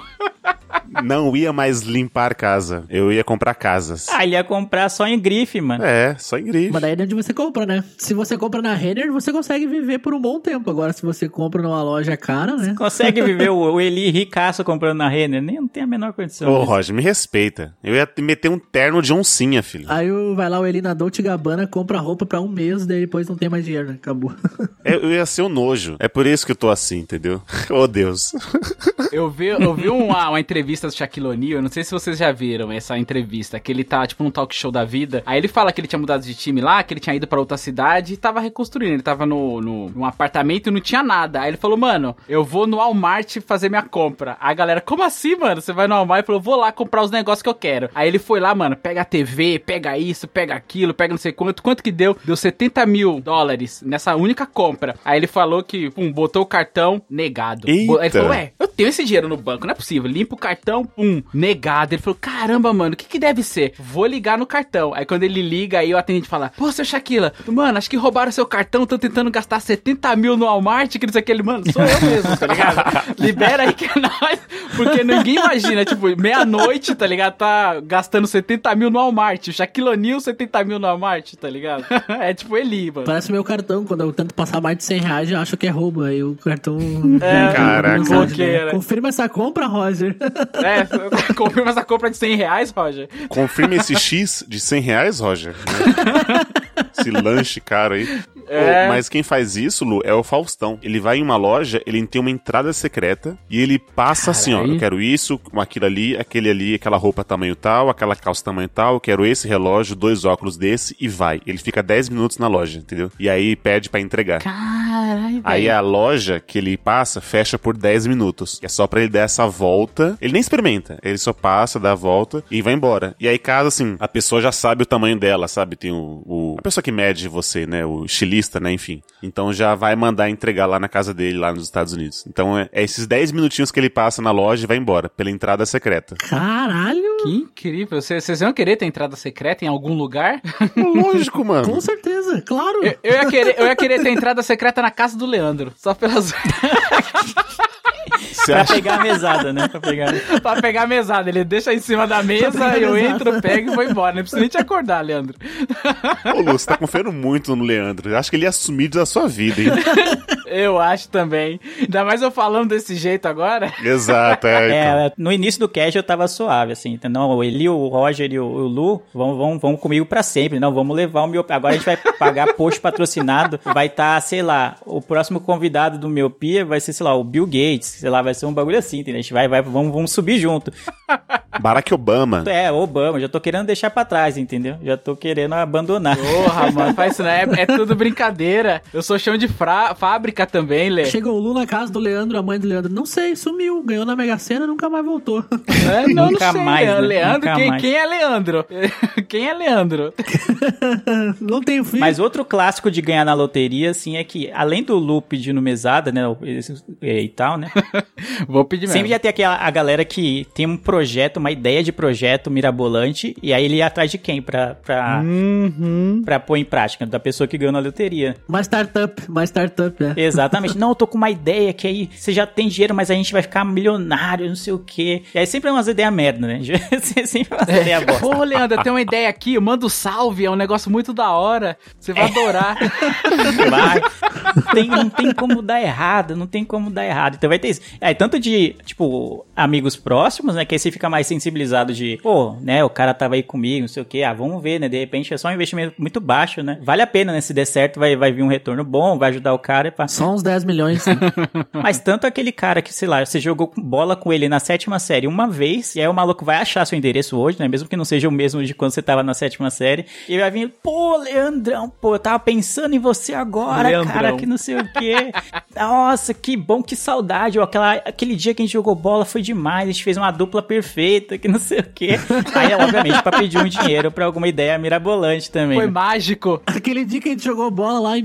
Não ia mais limpar casa, eu ia comprar casas. Ele ia comprar só em grife, mano. Só em grife. Mas daí é onde você compra, né? Se você compra na Renner, você consegue viver por um bom tempo. Agora, se você compra numa loja cara, né? Você consegue viver o Eli ricaço comprando na Renner? Não tem a menor condição. Ô, Roger, me respeita. Eu ia meter um terno de oncinha, filho. Aí vai lá o Eli na Dolce & Gabbana, compra roupa pra um mês, daí depois não tem mais dinheiro, né? Acabou. Eu ia ser um nojo. É por isso que eu tô assim, entendeu? Oh, Deus. Eu vi uma entrevista do Shaquille O'Neal, eu não sei se vocês já viram essa entrevista, que ele tá, tipo, num talk show da vida, aí ele fala que ele tinha mudado de time lá, que ele tinha ido pra outra cidade e tava reconstruindo, ele tava num apartamento e não tinha nada, aí ele falou, mano, eu vou no Walmart fazer minha compra. Aí a galera, como assim, mano? Você vai no Walmart e falou, vou lá comprar os negócios que eu quero. Aí ele foi lá, mano, pega a TV, pega isso, pega aquilo, pega não sei quanto que deu? Deu $70 mil nessa única compra. Aí ele falou que, botou o cartão, negado. Aí ele falou, eu tenho esse dinheiro no banco, não é possível. Limpa o cartão, negado. Ele falou, caramba, mano, o que deve ser? Vou ligar no cartão. Aí quando ele liga, aí o atendente fala, pô, seu Shaquille, mano, acho que roubaram seu cartão, tô tentando gastar $70 mil no Walmart, que não sei o que. Ele, mano, sou eu mesmo, tá ligado? Libera aí que é nóis. Porque ninguém imagina, tipo, meia-noite, tá ligado? Tá gastando $70 mil no Walmart. O Shaquille O'Neal, $70 mil no Walmart, tá ligado? É tipo ele, mano. Parece o meu cartão, quando eu tento passar mais de R$100, eu acho que é roubo. Aí o cartão... Caraca. Confirma essa compra, Roger. Confirma essa compra de R$100, Roger. Confirma esse X de R$100, Roger. Esse lanche caro aí. Mas quem faz isso, Lu, é o Faustão. Ele vai em uma loja, ele tem uma entrada secreta e ele passa assim, ó, eu quero isso, aquilo ali, aquele ali, aquela roupa tamanho tal, aquela calça tamanho tal, eu quero esse relógio, 2 óculos desse e vai. Ele fica 10 minutos na loja, entendeu? E aí pede pra entregar. Caralho, velho. Aí a loja que ele passa, fecha por 10 minutos. É só pra ele dar essa volta. Ele nem experimenta, ele só passa, dá a volta e vai embora. E aí, caso assim, a pessoa já sabe o tamanho dela, sabe? Tem a pessoa que mede você, né? O estilista, né? Enfim. Então já vai mandar entregar lá na casa dele, lá nos Estados Unidos. Então é esses 10 minutinhos que ele passa na loja e vai embora, pela entrada secreta. Caralho! Que incrível. Vocês iam querer ter entrada secreta em algum lugar? Lógico, mano. Com certeza, claro. Eu ia querer ter entrada secreta na casa do Leandro. Só pelas... Pra pegar a mesada, né? Pra pegar a mesada. Ele deixa em cima da mesa, eu entro, pego e vou embora. Não precisa nem te acordar, Leandro. Ô, Lu, você tá confiando muito no Leandro. Eu acho que ele ia sumir da sua vida, hein? Eu acho também. Ainda mais eu falando desse jeito agora. Exato, então. No início do cast eu tava suave, assim. Não, ele, o Roger e o Lu vão comigo pra sempre. Não, vamos levar o meu... Agora a gente vai pagar post patrocinado. Vai estar, sei lá, o próximo convidado do Miopia vai ser, sei lá, o Bill Gates. Sei lá, vai ser um bagulho assim, entendeu? A gente vamos subir junto. Barack Obama. Obama. Já tô querendo deixar pra trás, entendeu? Já tô querendo abandonar. Porra, mano, faz isso, né? É tudo brincadeira. Eu sou chão de fábrica também, Lê. Chegou o Lu na casa do Leandro, a mãe do Leandro, não sei, sumiu, ganhou na Mega Sena, nunca mais voltou. Nunca sei, mais, né? Leandro, nunca quem é Leandro? Quem é Leandro? Não tenho filho. Mas outro clássico de ganhar na loteria, assim, é que, além do Lu pedindo mesada, né, e tal, né? Vou pedir mesmo. Sempre já tem a galera que tem um projeto, uma ideia de projeto mirabolante, e aí ele ia atrás de quem pra pôr em prática? Da pessoa que ganhou na loteria. Mais startup, é. Exatamente. Não, eu tô com uma ideia que aí você já tem dinheiro, mas a gente vai ficar milionário, não sei o quê. E aí sempre é umas ideias merda, né? Sempre é umas ideias bosta. Pô, Leandro, eu tenho uma ideia aqui, eu mando salve, é um negócio muito da hora. Você vai adorar. Não tem como dar errado, Então vai ter isso. Aí tanto de, tipo, amigos próximos, né? Que aí você fica mais sensibilizado de, pô, né? O cara tava aí comigo, não sei o quê. Vamos ver, né? De repente é só um investimento muito baixo, né? Vale a pena, né? Se der certo, vai vir um retorno bom, vai ajudar o cara. Só uns 10 milhões. Mas tanto aquele cara que, sei lá, você jogou bola com ele na 7ª série uma vez, e aí o maluco vai achar seu endereço hoje, né? Mesmo que não seja o mesmo de quando você tava na 7ª série. E vai vir, pô, Leandrão, pô, eu tava pensando em você agora, Leandrão. Cara, que não sei o quê. Nossa, que bom, que saudade. Aquele dia que a gente jogou bola foi demais, a gente fez uma dupla perfeita, que não sei o quê. Aí, obviamente, pra pedir um dinheiro pra alguma ideia mirabolante também. Foi né? mágico. Aquele dia que a gente jogou bola lá em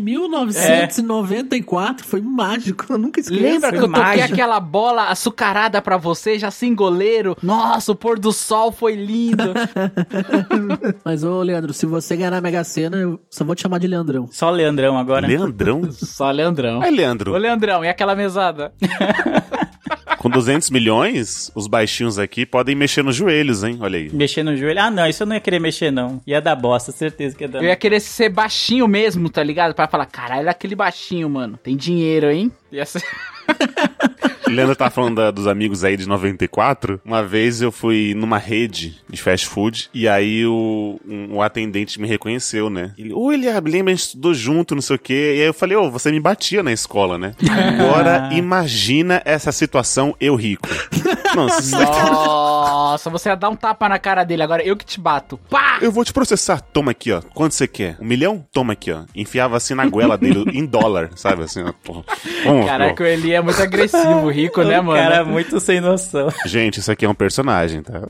1994 foi mágico, eu nunca esqueço. Lembra que eu toquei aquela bola açucarada pra você, já sem goleiro? Nossa, o pôr do sol foi lindo. Mas, ô Leandro, se você ganhar na Mega Sena, eu só vou te chamar de Leandrão. Só Leandrão agora. Leandrão? Só Leandrão. É Leandro. Ô Leandrão, e aquela mesada? Com 200 milhões, os baixinhos aqui podem mexer nos joelhos, hein? Olha aí. Mexer no joelho? Ah, não, isso eu não ia querer mexer, não. Ia dar bosta, certeza que ia dar. Eu ia querer ser baixinho mesmo, tá ligado? Pra falar, caralho, aquele baixinho, mano. Tem dinheiro, hein? Ia ser... O Leandro tá falando dos amigos aí de 94. Uma vez eu fui numa rede de fast food e aí o atendente me reconheceu, né? Ele, Eliab, lembra, a gente estudou junto, não sei o quê. E aí eu falei, você me batia na escola, né? Agora imagina essa situação, eu rico. Nossa, você ia dar um tapa na cara dele, agora eu que te bato. Pá! Eu vou te processar, toma aqui, ó. Quanto você quer? 1 milhão? Toma aqui, ó. Enfiava assim na goela dele, em dólar, sabe? Assim, ó. Caraca, o Eli é muito agressivo, rico, né, mano? O cara é muito sem noção. Gente, isso aqui é um personagem, tá?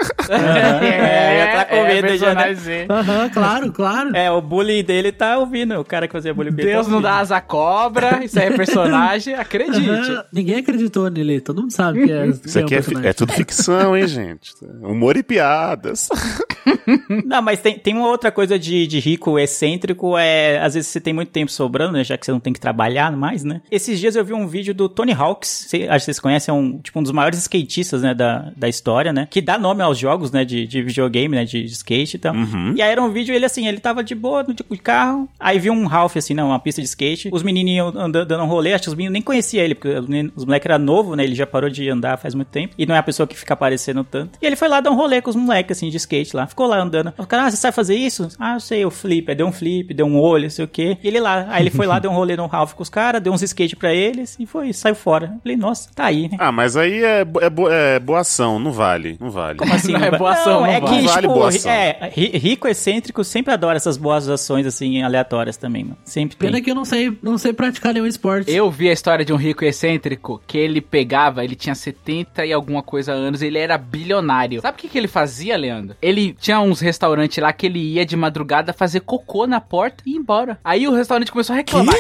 Já tá com medo já, né? Claro. O bullying dele tá ouvindo, o cara que fazia bullying dele. Deus tá não dá asa à cobra, isso aí é personagem, acredite. Ninguém acreditou nele, todo mundo sabe que é. Isso aqui é tudo ficção, hein, gente? Humor e piadas. Não, mas tem uma outra coisa de rico excêntrico, às vezes você tem muito tempo sobrando, né, já que você não tem que trabalhar mais, né? Esses dias eu vi um vídeo do Tony Hawks, acho que vocês conhecem, é um dos maiores skatistas, né, da história, né, que dá nome aos jogos, né, de videogame, né, de skate e tal. E aí era um vídeo, ele tava de boa no tipo de carro, aí viu um Ralph, assim, uma pista de skate, os menininhos andando, dando um rolê, acho que os meninos nem conheciam ele, porque os moleques eram novos, né, ele já parou de andar faz muito tempo, e não é a pessoa que fica aparecendo tanto. E ele foi lá dar um rolê com os moleques, assim, de skate lá, ficou lá andando. O cara, você sabe fazer isso? Ah, eu sei, o flip, aí deu um flip, deu um olho, não sei o quê. E ele lá, aí ele foi lá, deu um rolê no Ralph com os caras, deu uns skate pra eles, e saiu fora. Eu falei, nossa, tá aí, né? Ah, mas aí é boa ação, não vale. Como assim? Não é boa ação, não não é vale. que, Vale tipo, boa ação. rico excêntrico sempre adora essas boas ações, assim, aleatórias também, mano. Sempre tem. Pena que eu não sei praticar nenhum esporte. Eu vi a história de um rico excêntrico que ele tinha 70 e alguma coisa anos, ele era bilionário. Sabe o que ele fazia, Leandro? Ele tinha uns restaurantes lá que ele ia de madrugada fazer cocô na porta e ir embora. Aí o restaurante começou a reclamar.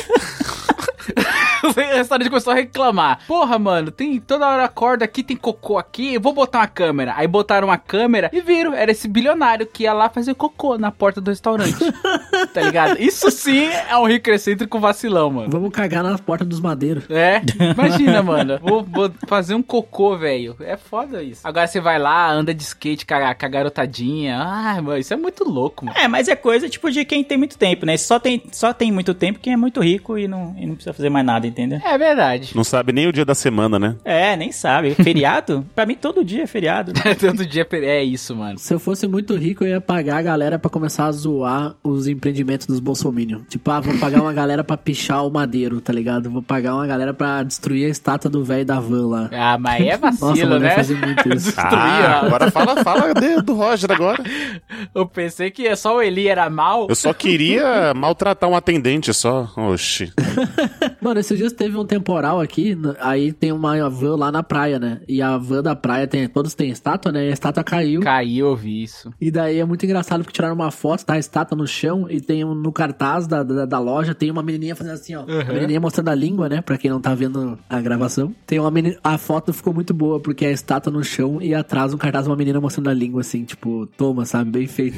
O restaurante começou a reclamar. Porra, mano, tem toda hora acorda aqui, tem cocô aqui, eu vou botar uma câmera. Aí botaram uma câmera e viram, era esse bilionário que ia lá fazer cocô na porta do restaurante. Tá ligado? Isso sim é um rico excêntrico vacilão, mano. Vamos cagar na porta dos madeiros. É, imagina, mano. Vou fazer um cocô, velho. É foda isso. Agora você vai lá, anda de skate com a garotadinha. Ah, mano, isso é muito louco, mano. É, mas é coisa tipo de quem tem muito tempo, né? Só tem muito tempo quem é muito rico e não precisa fazer mais nada, entendeu? É verdade. Não sabe nem o dia da semana, né? É, nem sabe. Feriado? Pra mim todo dia é feriado. Né? Todo dia é isso, mano. Se eu fosse muito rico, eu ia pagar a galera pra começar a zoar os empreendimentos dos bolsominions. Tipo, vou pagar uma galera pra pichar o madeiro, tá ligado? Vou pagar uma galera pra destruir a estátua do velho da van lá. Ah, mas é vacilo, Nossa, mano, eu né? ia fazer muito isso. Destruir, ó. Agora fala do Roger agora. Eu pensei que só o Eli era mal. Eu só queria maltratar um atendente só. Oxi. Mano, esses dias teve um temporal aqui, aí tem uma van lá na praia, né? E a van da praia todos têm estátua, né? E a estátua caiu. Caiu, eu vi isso. E daí é muito engraçado porque tiraram uma foto, tá a estátua no chão e tem no cartaz da loja, tem uma menininha fazendo assim, ó. A menininha mostrando a língua, né? Pra quem não tá vendo a gravação. Tem uma menina, a foto ficou muito boa porque a estátua no chão e atrás no cartaz uma menina mostrando a língua assim, tipo, toma, sabe? Bem feito.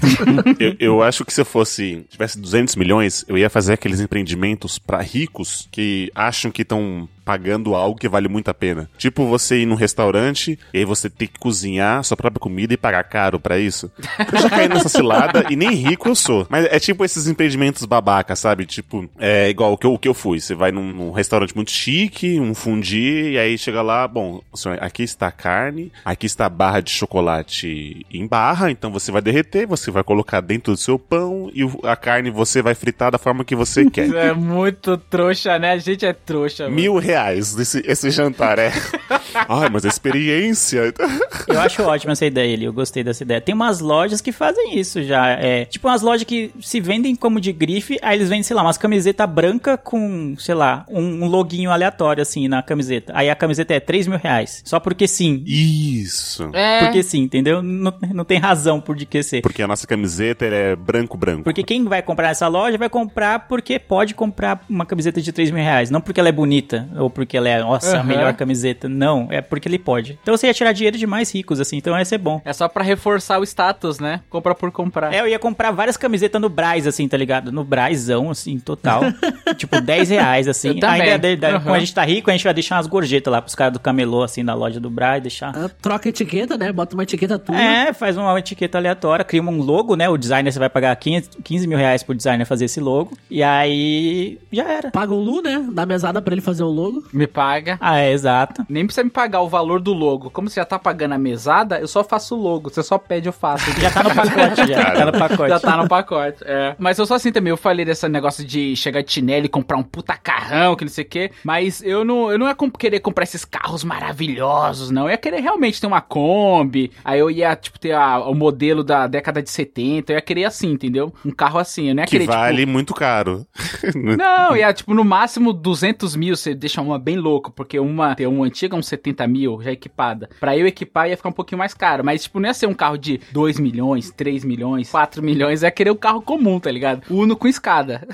Eu acho que se eu tivesse 200 milhões, eu ia fazer aqueles empreendimentos pra ricos que acham que estão pagando algo que vale muito a pena. Tipo você ir num restaurante e aí você ter que cozinhar sua própria comida e pagar caro pra isso. Eu já caí nessa cilada e nem rico eu sou. Mas é tipo esses empreendimentos babaca, sabe? Tipo, é igual o que eu fui. Você vai num restaurante muito chique, um fundi, e aí chega lá, bom, senhor, aqui está a carne, aqui está a barra de chocolate em barra, então você vai derreter, você vai colocar dentro do seu pão e a carne você vai fritar da forma que você quer. Isso é muito trouxa, né? A gente é trouxa, mano. R$1.000 esse jantar, é. Ai, mas a experiência. Eu acho ótima essa ideia, Eli. Eu gostei dessa ideia. Tem umas lojas que fazem isso já. Tipo umas lojas que se vendem como de grife, aí eles vendem, sei lá, umas camisetas brancas com, sei lá, um loguinho aleatório assim na camiseta. Aí a camiseta é R$3.000. Só porque sim. Isso. É. Porque sim, entendeu? Não tem razão por de que ser. Porque a nossa camiseta é branco. Porque quem vai comprar nessa loja vai comprar porque pode comprar uma camiseta de R$3.000. Não porque ela é bonita ou porque ela é, nossa, a melhor camiseta. Não, é porque ele pode. Então você ia tirar dinheiro de mais ricos, assim. Então ia ser bom. É só pra reforçar o status, né? Comprar por comprar. Eu ia comprar várias camisetas no Brás, assim, tá ligado? No Brázão, assim, total. Tipo, R$10, assim. Eu também. Ainda, como a gente tá rico, a gente vai deixar umas gorjetas lá pros caras do camelô, assim, da loja do Brás, deixar... Troca a etiqueta, né? Bota uma etiqueta tua. Faz uma etiqueta aleatória, cria um logo, né? O designer, você vai pagar R$15.000 pro designer fazer esse logo. E aí, já era. Paga o Lu, né? Dá mesada pra ele fazer o logo. Me paga. Exato. Nem precisa me pagar o valor do logo. Como você já tá pagando a mesada, eu só faço o logo. Você só pede, eu faço. Já tá no pacote, já. Tá no pacote. Já tá no pacote, é. Mas eu sou assim também. Eu falei desse negócio de chegar de chinelo e comprar um puta carrão, que não sei o quê. Mas eu não ia querer comprar esses carros maravilhosos, não. Eu ia querer realmente ter uma Kombi. Aí eu ia, tipo, ter o modelo da década de 70. Eu ia querer assim, entendeu? Um carro assim. Eu não ia que querer, vale tipo... muito caro. Não, ia, tipo, no máximo 200 mil. Você deixa uma bem louco. Porque tem uma antiga, uns 70 mil, já equipada. Pra eu equipar ia ficar um pouquinho mais caro. Mas, tipo, não ia ser um carro de 2 milhões, 3 milhões, 4 milhões. Ia querer o carro comum, tá ligado? Uno com escada.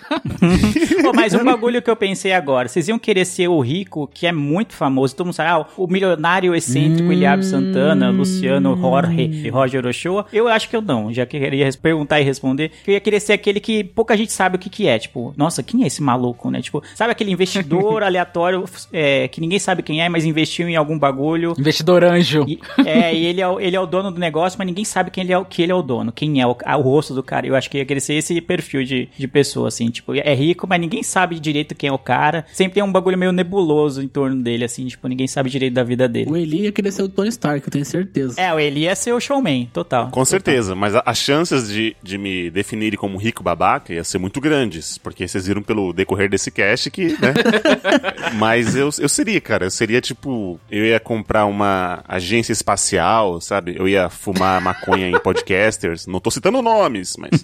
Pô, mas um bagulho que eu pensei agora. Vocês iam querer ser o rico, que é muito famoso. Todo mundo sabe, o milionário excêntrico Eliabe Santana, Luciano Jorge, Roger Ochoa. Eu acho que eu não. Já queria perguntar e responder. Que eu ia querer ser aquele que pouca gente sabe o que é. Tipo, nossa, quem é esse maluco, né? Tipo, sabe aquele investidor aleatório que ninguém sabe quem é, mas investiu em algum bagulho. Investidor anjo. E ele é o dono do negócio, mas ninguém sabe que ele é o dono. Quem é o rosto do cara. Eu acho que ia querer ser esse perfil de pessoa, assim. Tipo, é rico, mas ninguém sabe direito quem é o cara. Sempre tem um bagulho meio nebuloso em torno dele, assim. Tipo, ninguém sabe direito da vida dele. O Eli ia querer ser o Tony Stark, eu tenho certeza. O Eli ia ser o showman, total. Com certeza, mas as chances de me definirem como rico babaca ia ser muito grandes, porque vocês viram pelo decorrer desse cast que, né? Mas eu seria, cara, eu seria tipo, eu ia comprar uma agência espacial, sabe? Eu ia fumar maconha em podcasters, não tô citando nomes, mas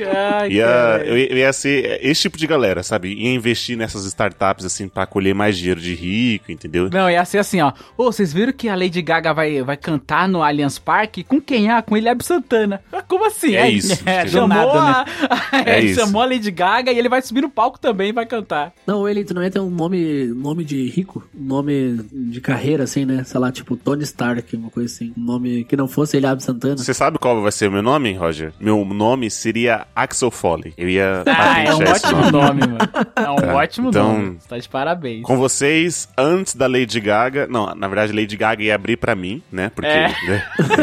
eu ia ser esse tipo de galera, sabe? Ia investir nessas startups, assim, pra colher mais dinheiro de rico, entendeu? Não, ia ser assim, ó. Vocês viram que a Lady Gaga vai cantar no Allianz Parque? Com quem? Com Eliab Santana. Como assim? É isso. Chamou, nada, né? Chamou a Lady Gaga e ele vai subir no palco também e vai cantar. Não, ele não ia ter um nome de rico, um nome de carreira, assim, né? Sei lá, tipo Tony Stark, uma coisa assim. Um nome que não fosse Eliab Santana. Você sabe qual vai ser o meu nome, Roger? Meu nome seria Axel Foley. Eu ia é um ótimo nome, mano. É um ótimo nome. Você tá de parabéns. Com vocês, antes da Lady Gaga... Não, na verdade, Lady Gaga ia abrir pra mim, né? Porque... Né?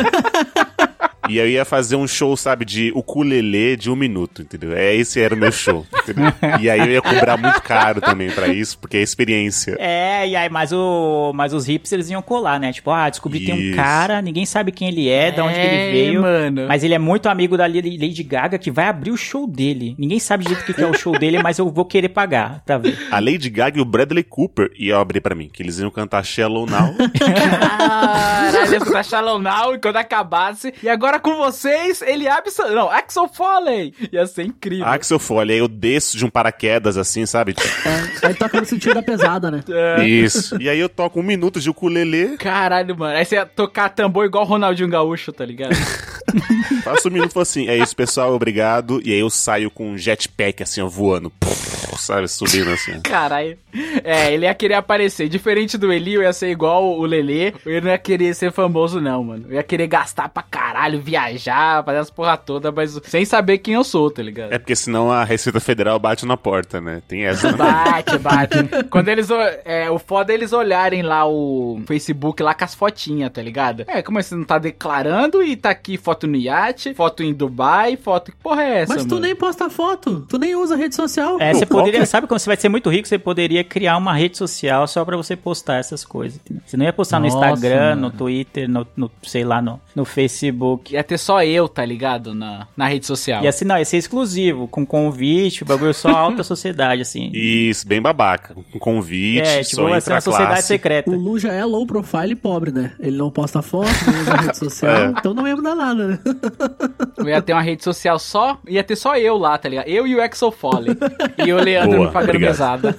E eu ia fazer um show, sabe, de ukulele de 1 minuto, entendeu? Esse era o meu show, entendeu? E aí eu ia cobrar muito caro também pra isso, porque é experiência. E aí, mas os hips, eles iam colar, né? Tipo, descobri que tem um cara, ninguém sabe quem ele é, de onde que ele veio. Mano. Mas ele é muito amigo da Lady Gaga, que vai abrir o show dele. Ninguém sabe direito o que é o show dele, mas eu vou querer pagar pra ver. A Lady Gaga e o Bradley Cooper iam abrir pra mim, que eles iam cantar Shallow Now. Caralho, iam cantar Shallow Now e quando acabasse. E agora com vocês, Axel Foley. Ia ser incrível. Axel Foley, aí eu desço de um paraquedas assim, sabe? Aí toca no sentido da pesada, né? Isso. E aí eu toco 1 minuto de ukulele. Caralho, mano. Aí você ia tocar tambor igual o Ronaldinho Gaúcho, tá ligado? Faço 1 minuto e falo assim, é isso, pessoal, obrigado. E aí eu saio com um jetpack assim, ó, voando. Sabe, subindo assim. Caralho. Ele ia querer aparecer. Diferente do Eli, eu ia ser igual o Lelê. Eu não ia querer ser famoso, não, mano. Eu ia querer gastar pra caralho, viajar, fazer as porra toda, mas sem saber quem eu sou, tá ligado? É porque senão a Receita Federal bate na porta, né? Tem essa, né? Bate. Quando eles... o foda é eles olharem lá o Facebook lá com as fotinhas, tá ligado? Como você não tá declarando e tá aqui foto no iate, foto em Dubai, foto... Que porra é essa, Mas tu nem posta foto, tu nem usa rede social. Você poderia... Sabe quando você vai ser muito rico, você poderia criar uma rede social só pra você postar essas coisas. Entendeu? Você não ia postar no Instagram, mano. No Twitter, sei lá, no Facebook. Ia ter só eu, tá ligado? Na rede social. Ia ser exclusivo, com convite, o bagulho só alta sociedade, assim. Isso, bem babaca. Com convite, tipo, vai ser uma sociedade secreta. O Lu já é low profile e pobre, né? Ele não posta foto, não usa rede social, então não ia mudar nada, né? Eu ia ter uma rede social só, ia ter só eu lá, tá ligado? Eu e o Axel Foley. E o Leandro me pagando mesada.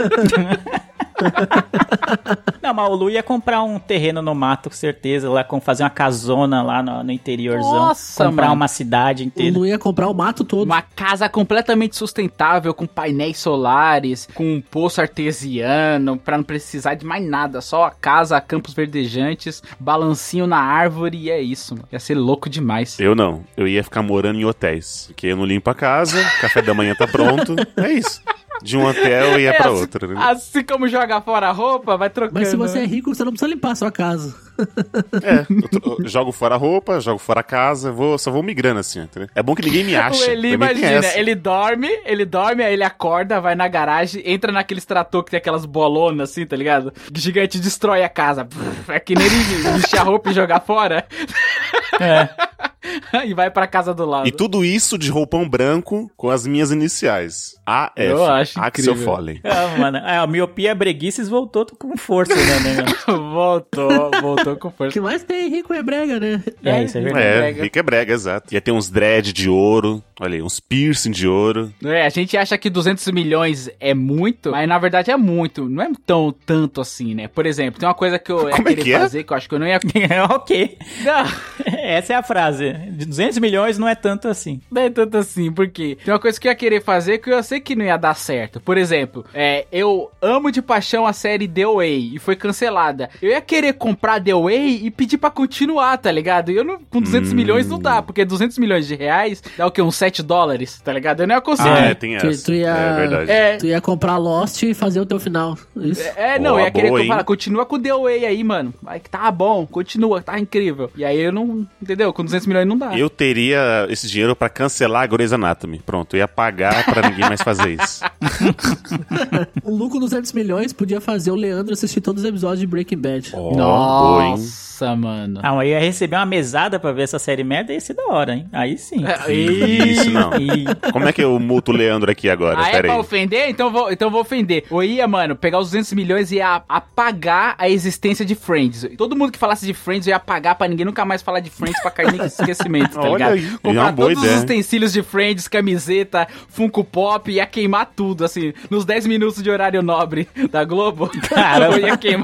Não, mas o Lu ia comprar um terreno no mato, com certeza, lá, fazer uma casona lá no interiorzão. Nossa, comprar mano. uma cidade inteira. O Lu ia comprar o mato todo. Uma casa completamente sustentável, com painéis solares, com um poço artesiano, pra não precisar de mais nada. Só a casa, campos verdejantes, balancinho na árvore e é isso, mano. Ia ser louco demais. Eu não. Eu ia ficar morando em hotéis. Porque eu não limpo a casa, café da manhã tá pronto. É isso. De um hotel eu ia pra outro. Né? Assim como joga fora a roupa, vai trocando. Mas se você é rico, você não precisa limpar a sua casa. Eu jogo fora a roupa, jogo fora a casa, só vou migrando assim, entendeu? É bom que ninguém me acha. O Eli, imagina, ele dorme, aí ele acorda, vai na garagem, entra naquele extrator que tem aquelas bolonas assim, tá ligado? Gigante, destrói a casa. É que nem ele vestir a roupa e jogar fora. E vai pra casa do lado. E tudo isso de roupão branco com as minhas iniciais. AF. Eu acho Axel incrível. Foley. Mano, a miopia breguices voltou com força, né? Voltou com O força. que mais tem rico é brega, né? Isso é verdade. Rico é brega, exato. Ia ter uns dread de ouro, olha aí, uns piercing de ouro. A gente acha que 200 milhões é muito, mas na verdade é muito. Não é tanto assim, né? Por exemplo, tem uma coisa que eu ia querer fazer, que eu acho que eu não ia... Ok. Não. Essa é a frase. De 200 milhões não é tanto assim. Não é tanto assim, porque tem uma coisa que eu ia querer fazer que eu sei que não ia dar certo. Por exemplo, eu amo de paixão a série The Way e foi cancelada. Eu ia querer comprar The Way e pedir pra continuar, tá ligado? E eu não, com 200 milhões não dá, porque 200 milhões de reais dá o quê? Uns $7, tá ligado? Eu não ia conseguir. Tem essa. Tu ia, É verdade. tu ia comprar Lost e fazer o teu final. Isso. Não, eu ia querer boa, hein? falar, continua com o The Way aí, mano. Vai que tá bom, continua, tá incrível. E aí eu não, entendeu? Com 200 milhões não dá. Eu teria esse dinheiro pra cancelar a Grey's Anatomy. Pronto, eu ia pagar pra ninguém mais fazer isso. O lucro dos 200 milhões podia fazer o Leandro assistir todos os episódios de Breaking Bad. Boa, hein? Nossa, mano. Ah, aí ia receber uma mesada pra ver essa série merda, ia ser da hora, hein? Aí sim. Isso, não. Como é que eu multo o Leandro aqui agora? Ah, é Pera pra aí. ofender? Então vou ofender. Eu ia, mano, pegar os 200 milhões e ia apagar a existência de Friends. Todo mundo que falasse de Friends eu ia apagar pra ninguém nunca mais falar de Friends pra cair nesse esquecimento, tá Olha ligado? aí, é Comprar uma boa todos ideia. os utensílios de Friends, camiseta, Funko Pop, ia queimar tudo, assim, nos 10 minutos de horário nobre da Globo. Caramba. Eu ia queimar.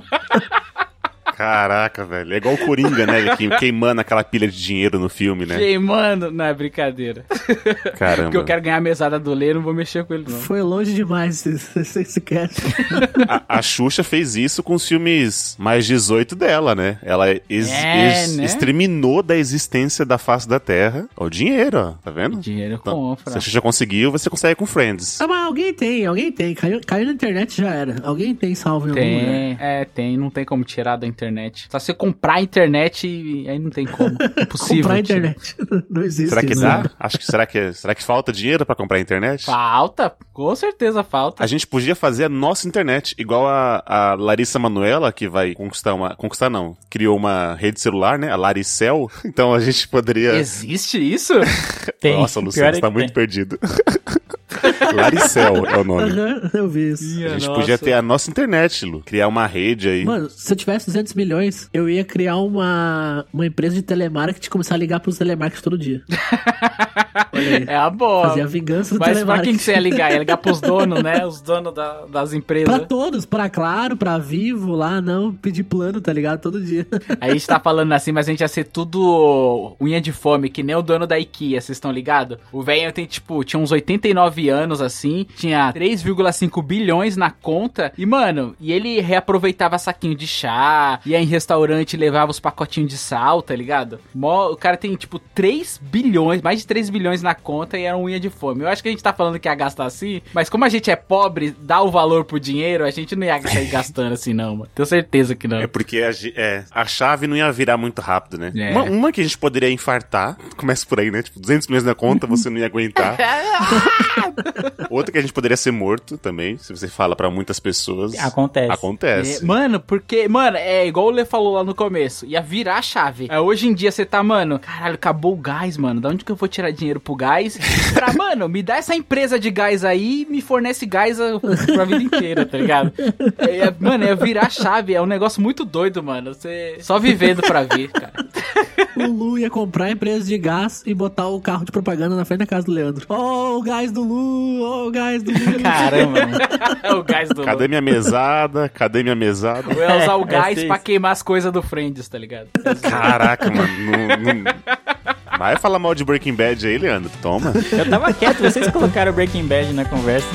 Caraca, velho. É igual o Coringa, né? Queimando aquela pilha de dinheiro no filme, né? Queimando. Não, é brincadeira. Caramba. Porque eu quero ganhar a mesada do Lê, não vou mexer com ele, não. Foi longe demais esse cast. A Xuxa fez isso com os filmes mais 18 dela, né? Ela né? exterminou da existência da face da Terra o dinheiro, ó. Tá vendo? Dinheiro Então, compra. se a Xuxa conseguiu, você consegue com Friends. Ah, mas alguém tem. Caiu na internet, já era. Alguém tem salvo em algum lugar. Tem, não tem como tirar da internet. Só você comprar a internet e aí não tem como. Impossível. Comprar a tirar. internet. Não existe Será que isso. dá? Acho que será que falta dinheiro pra comprar a internet? Falta, com certeza falta. A gente podia fazer a nossa internet, igual a Larissa Manoela, que vai criou uma rede celular, né? A Laricel. Então a gente poderia... Existe isso? Tem. Nossa, Luciano, você tá muito perdido. Laricel é o nome. Aham, eu vi isso. A gente podia ter a nossa internet, Lu. Criar uma rede aí. Mano, se eu tivesse 200 milhões, eu ia criar uma empresa de telemarketing e começar a ligar pros telemarketing todo dia. Olha aí. É a boa. Fazer a vingança do Mas pra telemarketing. quem que você ia ligar? Ia ligar pros donos, né? Os donos das empresas. Pra todos, pra Claro, pra Vivo, lá não, pedir plano, tá ligado? Todo dia. Aí a gente tá falando assim, mas a gente ia ser tudo unha de fome, que nem o dono da IKEA, vocês estão ligados? O velho tinha uns 89 anos, assim, tinha 3,5 bilhões na conta, e mano, ele reaproveitava saquinho de chá, ia em restaurante e levava os pacotinhos de sal, tá ligado? O cara tem, 3 bilhões, mais de 3 bilhões na conta e era unha de fome. Eu acho que a gente tá falando que ia gastar assim, mas como a gente é pobre, dá o valor pro dinheiro, a gente não ia sair gastando assim não, mano. Tenho certeza que não. É porque a chave não ia virar muito rápido, né? É. Uma que a gente poderia infartar, começa por aí, né? 200 milhões na conta, você não ia aguentar. Outra que a gente poderia ser morto também, se você fala pra muitas pessoas. Acontece. Mano, porque, é igual o Lê falou lá no começo, ia virar a chave. Hoje em dia você tá, mano, caralho, acabou o gás, mano, da onde que eu vou tirar dinheiro pro gás? Mano, me dá essa empresa de gás aí e me fornece gás pra vida inteira, tá ligado? Mano, ia virar a chave, é um negócio muito doido, mano, você só vivendo pra ver, cara. O Lu ia comprar a empresa de gás e botar o carro de propaganda na frente da casa do Leandro. Oh, o gás do Lu, oh, o gás do Lu. Caramba, mano. O gás do Cadê minha mesada? Eu ia usar o gás pra queimar as coisas do Friends, tá ligado? Caraca, mano. Não... Vai falar mal de Breaking Bad aí, Leandro. Toma. Eu tava quieto, vocês colocaram Breaking Bad na conversa.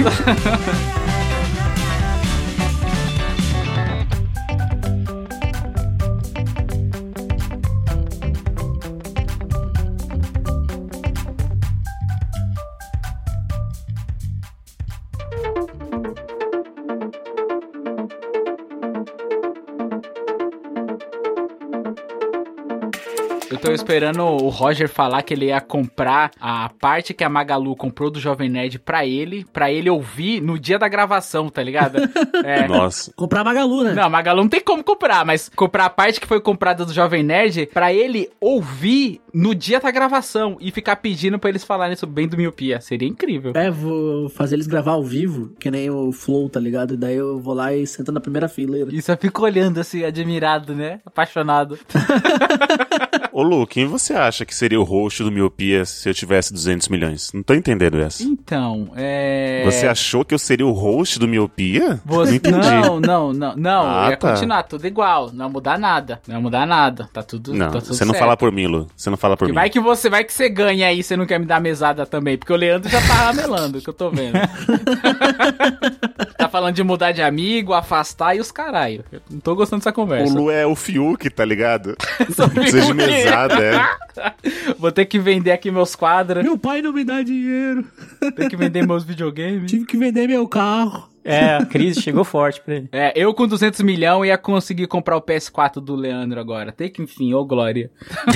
Eu tô esperando o Roger falar que ele ia comprar a parte que a Magalu comprou do Jovem Nerd pra ele ouvir no dia da gravação, tá ligado? Nossa. Comprar a Magalu, né? Não, a Magalu não tem como comprar, mas comprar a parte que foi comprada do Jovem Nerd pra ele ouvir no dia da gravação e ficar pedindo pra eles falarem sobre bem do Miopia. Seria incrível. Vou fazer eles gravar ao vivo, que nem o Flow, tá ligado? E daí eu vou lá e sento na primeira fileira. E só fico olhando assim, admirado, né? Apaixonado. Ô Lu, quem você acha que seria o host do Miopia se eu tivesse 200 milhões? Não tô entendendo essa. Então, Você achou que eu seria o host do Miopia? Não entendi. Não. Ia continuar tudo igual. Não ia mudar nada. Tá tudo Não, tá tudo você não certo. fala por mim, Lu. Você não fala por mim. Vai que você ganha aí, você não quer me dar mesada também. Porque o Leandro já tá ramelando, que eu tô vendo. Tá tá falando de mudar de amigo, afastar e os caralho. Eu não tô gostando dessa O conversa. Lu é o Fiuk, tá ligado? Sou Precisa de Fiuk. mesada, Vou ter que vender aqui meus quadros, Meu pai não me dá dinheiro. ter que vender meus videogames. Tive que vender meu carro. É, a crise chegou forte pra ele. É, eu com 200 milhões ia conseguir comprar o PS4 do Leandro agora. Até que enfim, ô glória.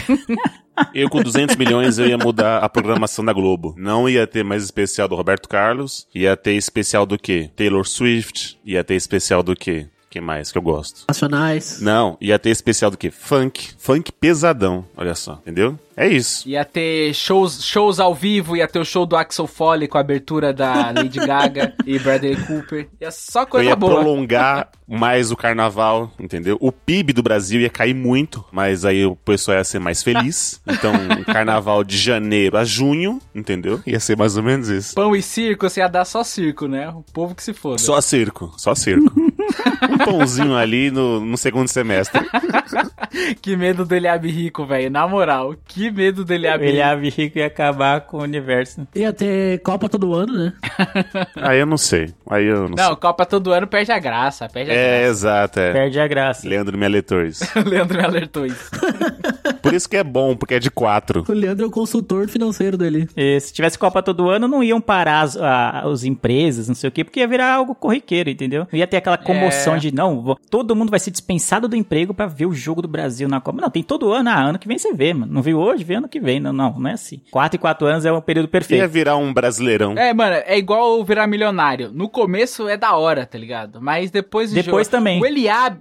Eu com 200 milhões eu ia mudar a programação da Globo. Não ia ter mais especial do Roberto Carlos. Ia ter especial do quê? Taylor Swift. Ia ter especial do quê? Que mais que eu gosto? Nacionais. Não, ia ter especial do quê? Funk. Funk pesadão. Olha só, entendeu? É isso. Ia ter shows ao vivo, ia ter o show do Axel Foley com a abertura da Lady Gaga e Bradley Cooper. Ia só Eu coisa ia boa. prolongar mais o carnaval, entendeu? O PIB do Brasil ia cair muito, mas aí o pessoal ia ser mais feliz. Então, o carnaval de janeiro a junho, entendeu? Ia ser mais ou menos isso. Pão e circo, você ia dar só circo, né? O povo que se foda. Só circo, só circo. Um pãozinho ali no segundo semestre. Que medo do Eliabe Rico, velho. Na moral, que medo do Eliabe O Rico. Eliabe Rico ia acabar com o universo. Ia ter Copa todo ano, né? Aí eu não sei. Aí eu não sei. Não, Copa todo ano perde a graça, perde a É, exato, é. Perde a graça. Leandro me alertou isso. graça. O Leandro me alertou isso. Por isso que é bom, porque é de 4. O Leandro é o consultor financeiro dele. E se tivesse Copa todo ano, não iam parar as empresas, não sei o quê, porque ia virar algo corriqueiro, entendeu? Não ia ter aquela comoção de, não, todo mundo vai ser dispensado do emprego pra ver o jogo do Brasil na Copa. Não, tem todo ano, ano que vem você vê, mano. Não viu hoje, vê ano que vem. Não é assim. 4 e 4 anos é um período Ia perfeito. virar um brasileirão. É, mano, é igual virar milionário. No começo é da hora, tá ligado? Mas depois de Depois também. O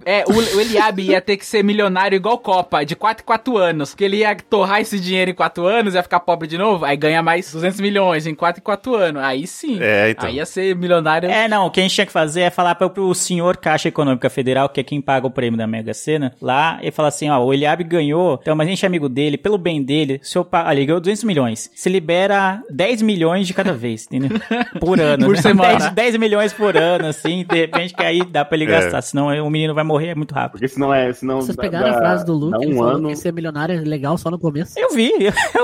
Eliabe ia ter que ser milionário igual Copa, de 4 em 4 anos. Porque ele ia torrar esse dinheiro em 4 anos, ia ficar pobre de novo, aí ganha mais 200 milhões em 4 em 4 anos. Aí sim. É, então. Aí ia ser milionário. Não, o que a gente tinha que fazer é falar pro senhor Caixa Econômica Federal, que é quem paga o prêmio da Mega Sena, lá, e falar assim, ó, o Eliabe ganhou, então, mas a gente é amigo dele, pelo bem dele, o senhor ele ganhou 200 milhões, se libera 10 milhões de cada vez, entendeu? Por ano. Por né? semana. 10 milhões por ano, assim, de repente, que aí dá pra ele gastar, senão o menino vai morrer muito rápido. Porque senão é. Senão Vocês pegaram a frase do Luke, dá ele um falou ano. que ser milionário é legal só no começo. Eu vi.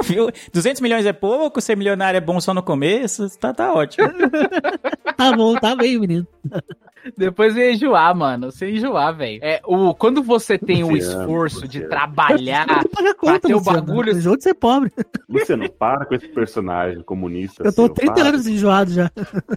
200 milhões é pouco, ser milionário é bom só no começo, tá ótimo. Tá bom, tá bem, menino. Depois ia enjoar, mano. Você ia enjoar, velho. Quando você tem o Luciano, esforço de trabalhar Paga a pra conta, ter o Luciano. bagulho. O jogo de ser pobre. Luciano, para com esse personagem comunista. Eu tô seu, 30 para. anos enjoado já.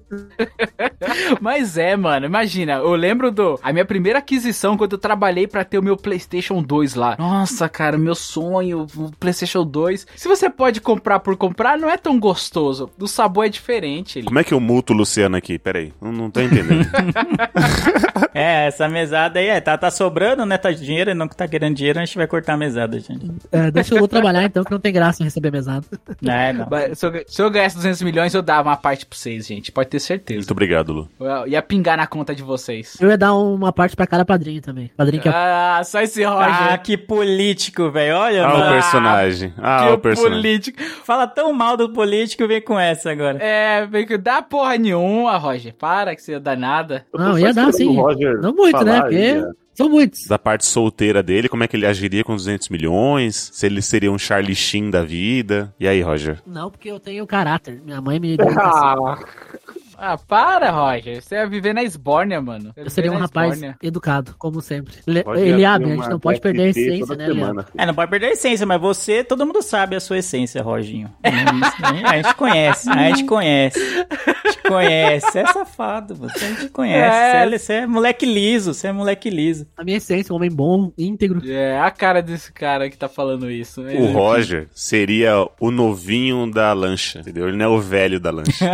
Mas mano, imagina, eu lembro a minha primeira aquisição quando eu trabalhei pra ter o meu PlayStation 2 lá. Nossa, cara, meu sonho, o PlayStation 2. Se você pode comprar por comprar, não é tão gostoso. O sabor é diferente. Como é que eu multo o Luciano aqui? Peraí, não tô entendendo. Essa mesada aí, tá sobrando, né, tá dinheiro, não tá querendo dinheiro, a gente vai cortar a mesada, gente. Deixa eu vou trabalhar então, que não tem graça em receber mesada. Não. Mas se eu ganhasse 200 milhões, eu dava uma parte pra vocês, gente. Pode ter certeza. Muito obrigado, Lu. Eu ia pingar na conta de vocês. Eu ia dar uma parte pra cada padrinho também. Padrinho que é... Ah, só esse Roger. Que político, velho, olha, Ah, o mano. personagem. Ah, Que o personagem. político. Fala tão mal do político, vem com essa agora. Vem que dá porra nenhuma, Roger. Para que você ia dar nada. Eu tô Não, só ia dar esperando sim. o Roger Não muito, né? falar Porque aí, são muitos. Da parte solteira dele, como é que ele agiria com 200 milhões? Se ele seria um Charlie Sheen da vida? E aí, Roger? Não, porque eu tenho caráter. Minha mãe me deu assim. Ah, para, Roger. Você ia viver na Esbórnia, mano. Eu seria um rapaz educado, como sempre. Roger Eliabe, tem a gente uma não pode perder a TFT essência, toda né, Eliabe? semana. Não pode perder a essência, mas você, todo mundo sabe a sua essência, Roginho. A gente conhece, a gente conhece. Você é safado, você a gente conhece. Você é moleque liso, A minha essência, um homem bom, íntegro. É, a cara desse cara que tá falando isso. O Roger seria o novinho da lancha, entendeu? Ele não é o velho da lancha.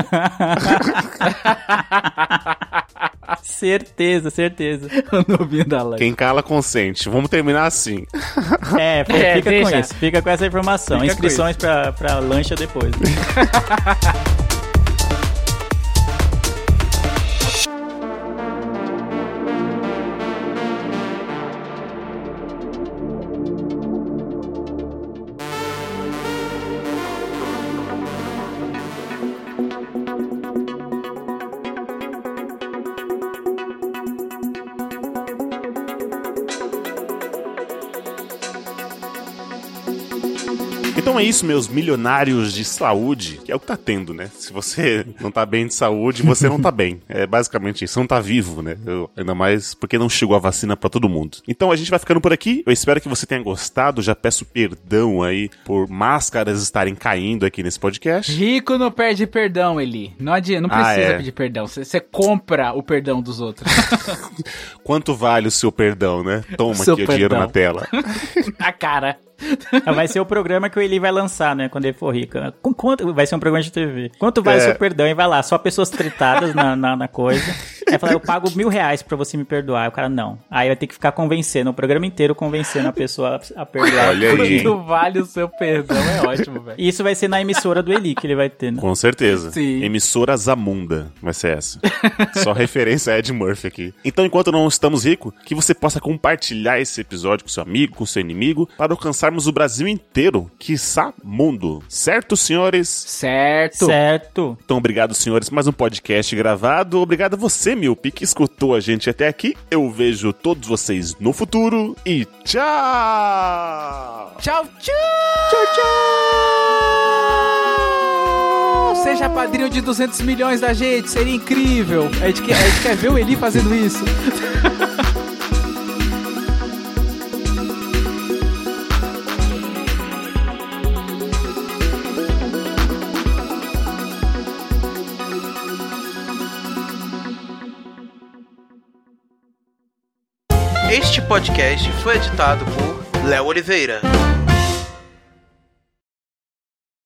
Certeza. O novinho da live. Quem cala, consente. Vamos terminar assim. Fica com deixa. isso, fica com essa informação. Fica com Inscrições pra lancha depois. Então é isso, meus milionários de saúde, que é o que tá tendo, né? Se você não tá bem de saúde, você não tá bem. É basicamente isso, você não tá vivo, né? Ainda mais porque não chegou a vacina pra todo mundo. Então a gente vai ficando por aqui. Eu espero que você tenha gostado. Já peço perdão aí por máscaras estarem caindo aqui nesse podcast. Rico não perde perdão, Eli. Não precisa pedir perdão. Você compra o perdão dos outros. Quanto vale o seu perdão, né? Toma Seu aqui o dinheiro perdão. na tela. Na cara. Vai ser o programa que o Eli vai lançar, né? Quando ele for rico. Vai ser um programa de TV. Quanto vale o seu perdão? E vai lá, só pessoas tretadas na coisa. Aí fala, eu pago R$1.000 pra você me perdoar. Aí o cara, não. Aí vai ter que ficar convencendo, o programa inteiro convencendo a pessoa a perdoar. Olha aí. Quanto vale o seu perdão? É ótimo, velho. E isso vai ser na emissora do Eli que ele vai ter, né? Com certeza. Sim. Emissora Zamunda vai ser essa. Só referência a Ed Murphy aqui. Então, enquanto não estamos ricos, que você possa compartilhar esse episódio com seu amigo, com seu inimigo, para alcançarmos o Brasil inteiro, quiçá mundo. Certo, senhores? Certo. Então, obrigado, senhores, mais um podcast gravado. Obrigado a você, Miopi, que escutou a gente até aqui. Eu vejo todos vocês no futuro e tchau! Tchau, tchau! Tchau, tchau! Seja padrinho de 200 milhões da gente, seria incrível. A gente quer ver o Eli fazendo isso. Este podcast foi editado por Léo Oliveira.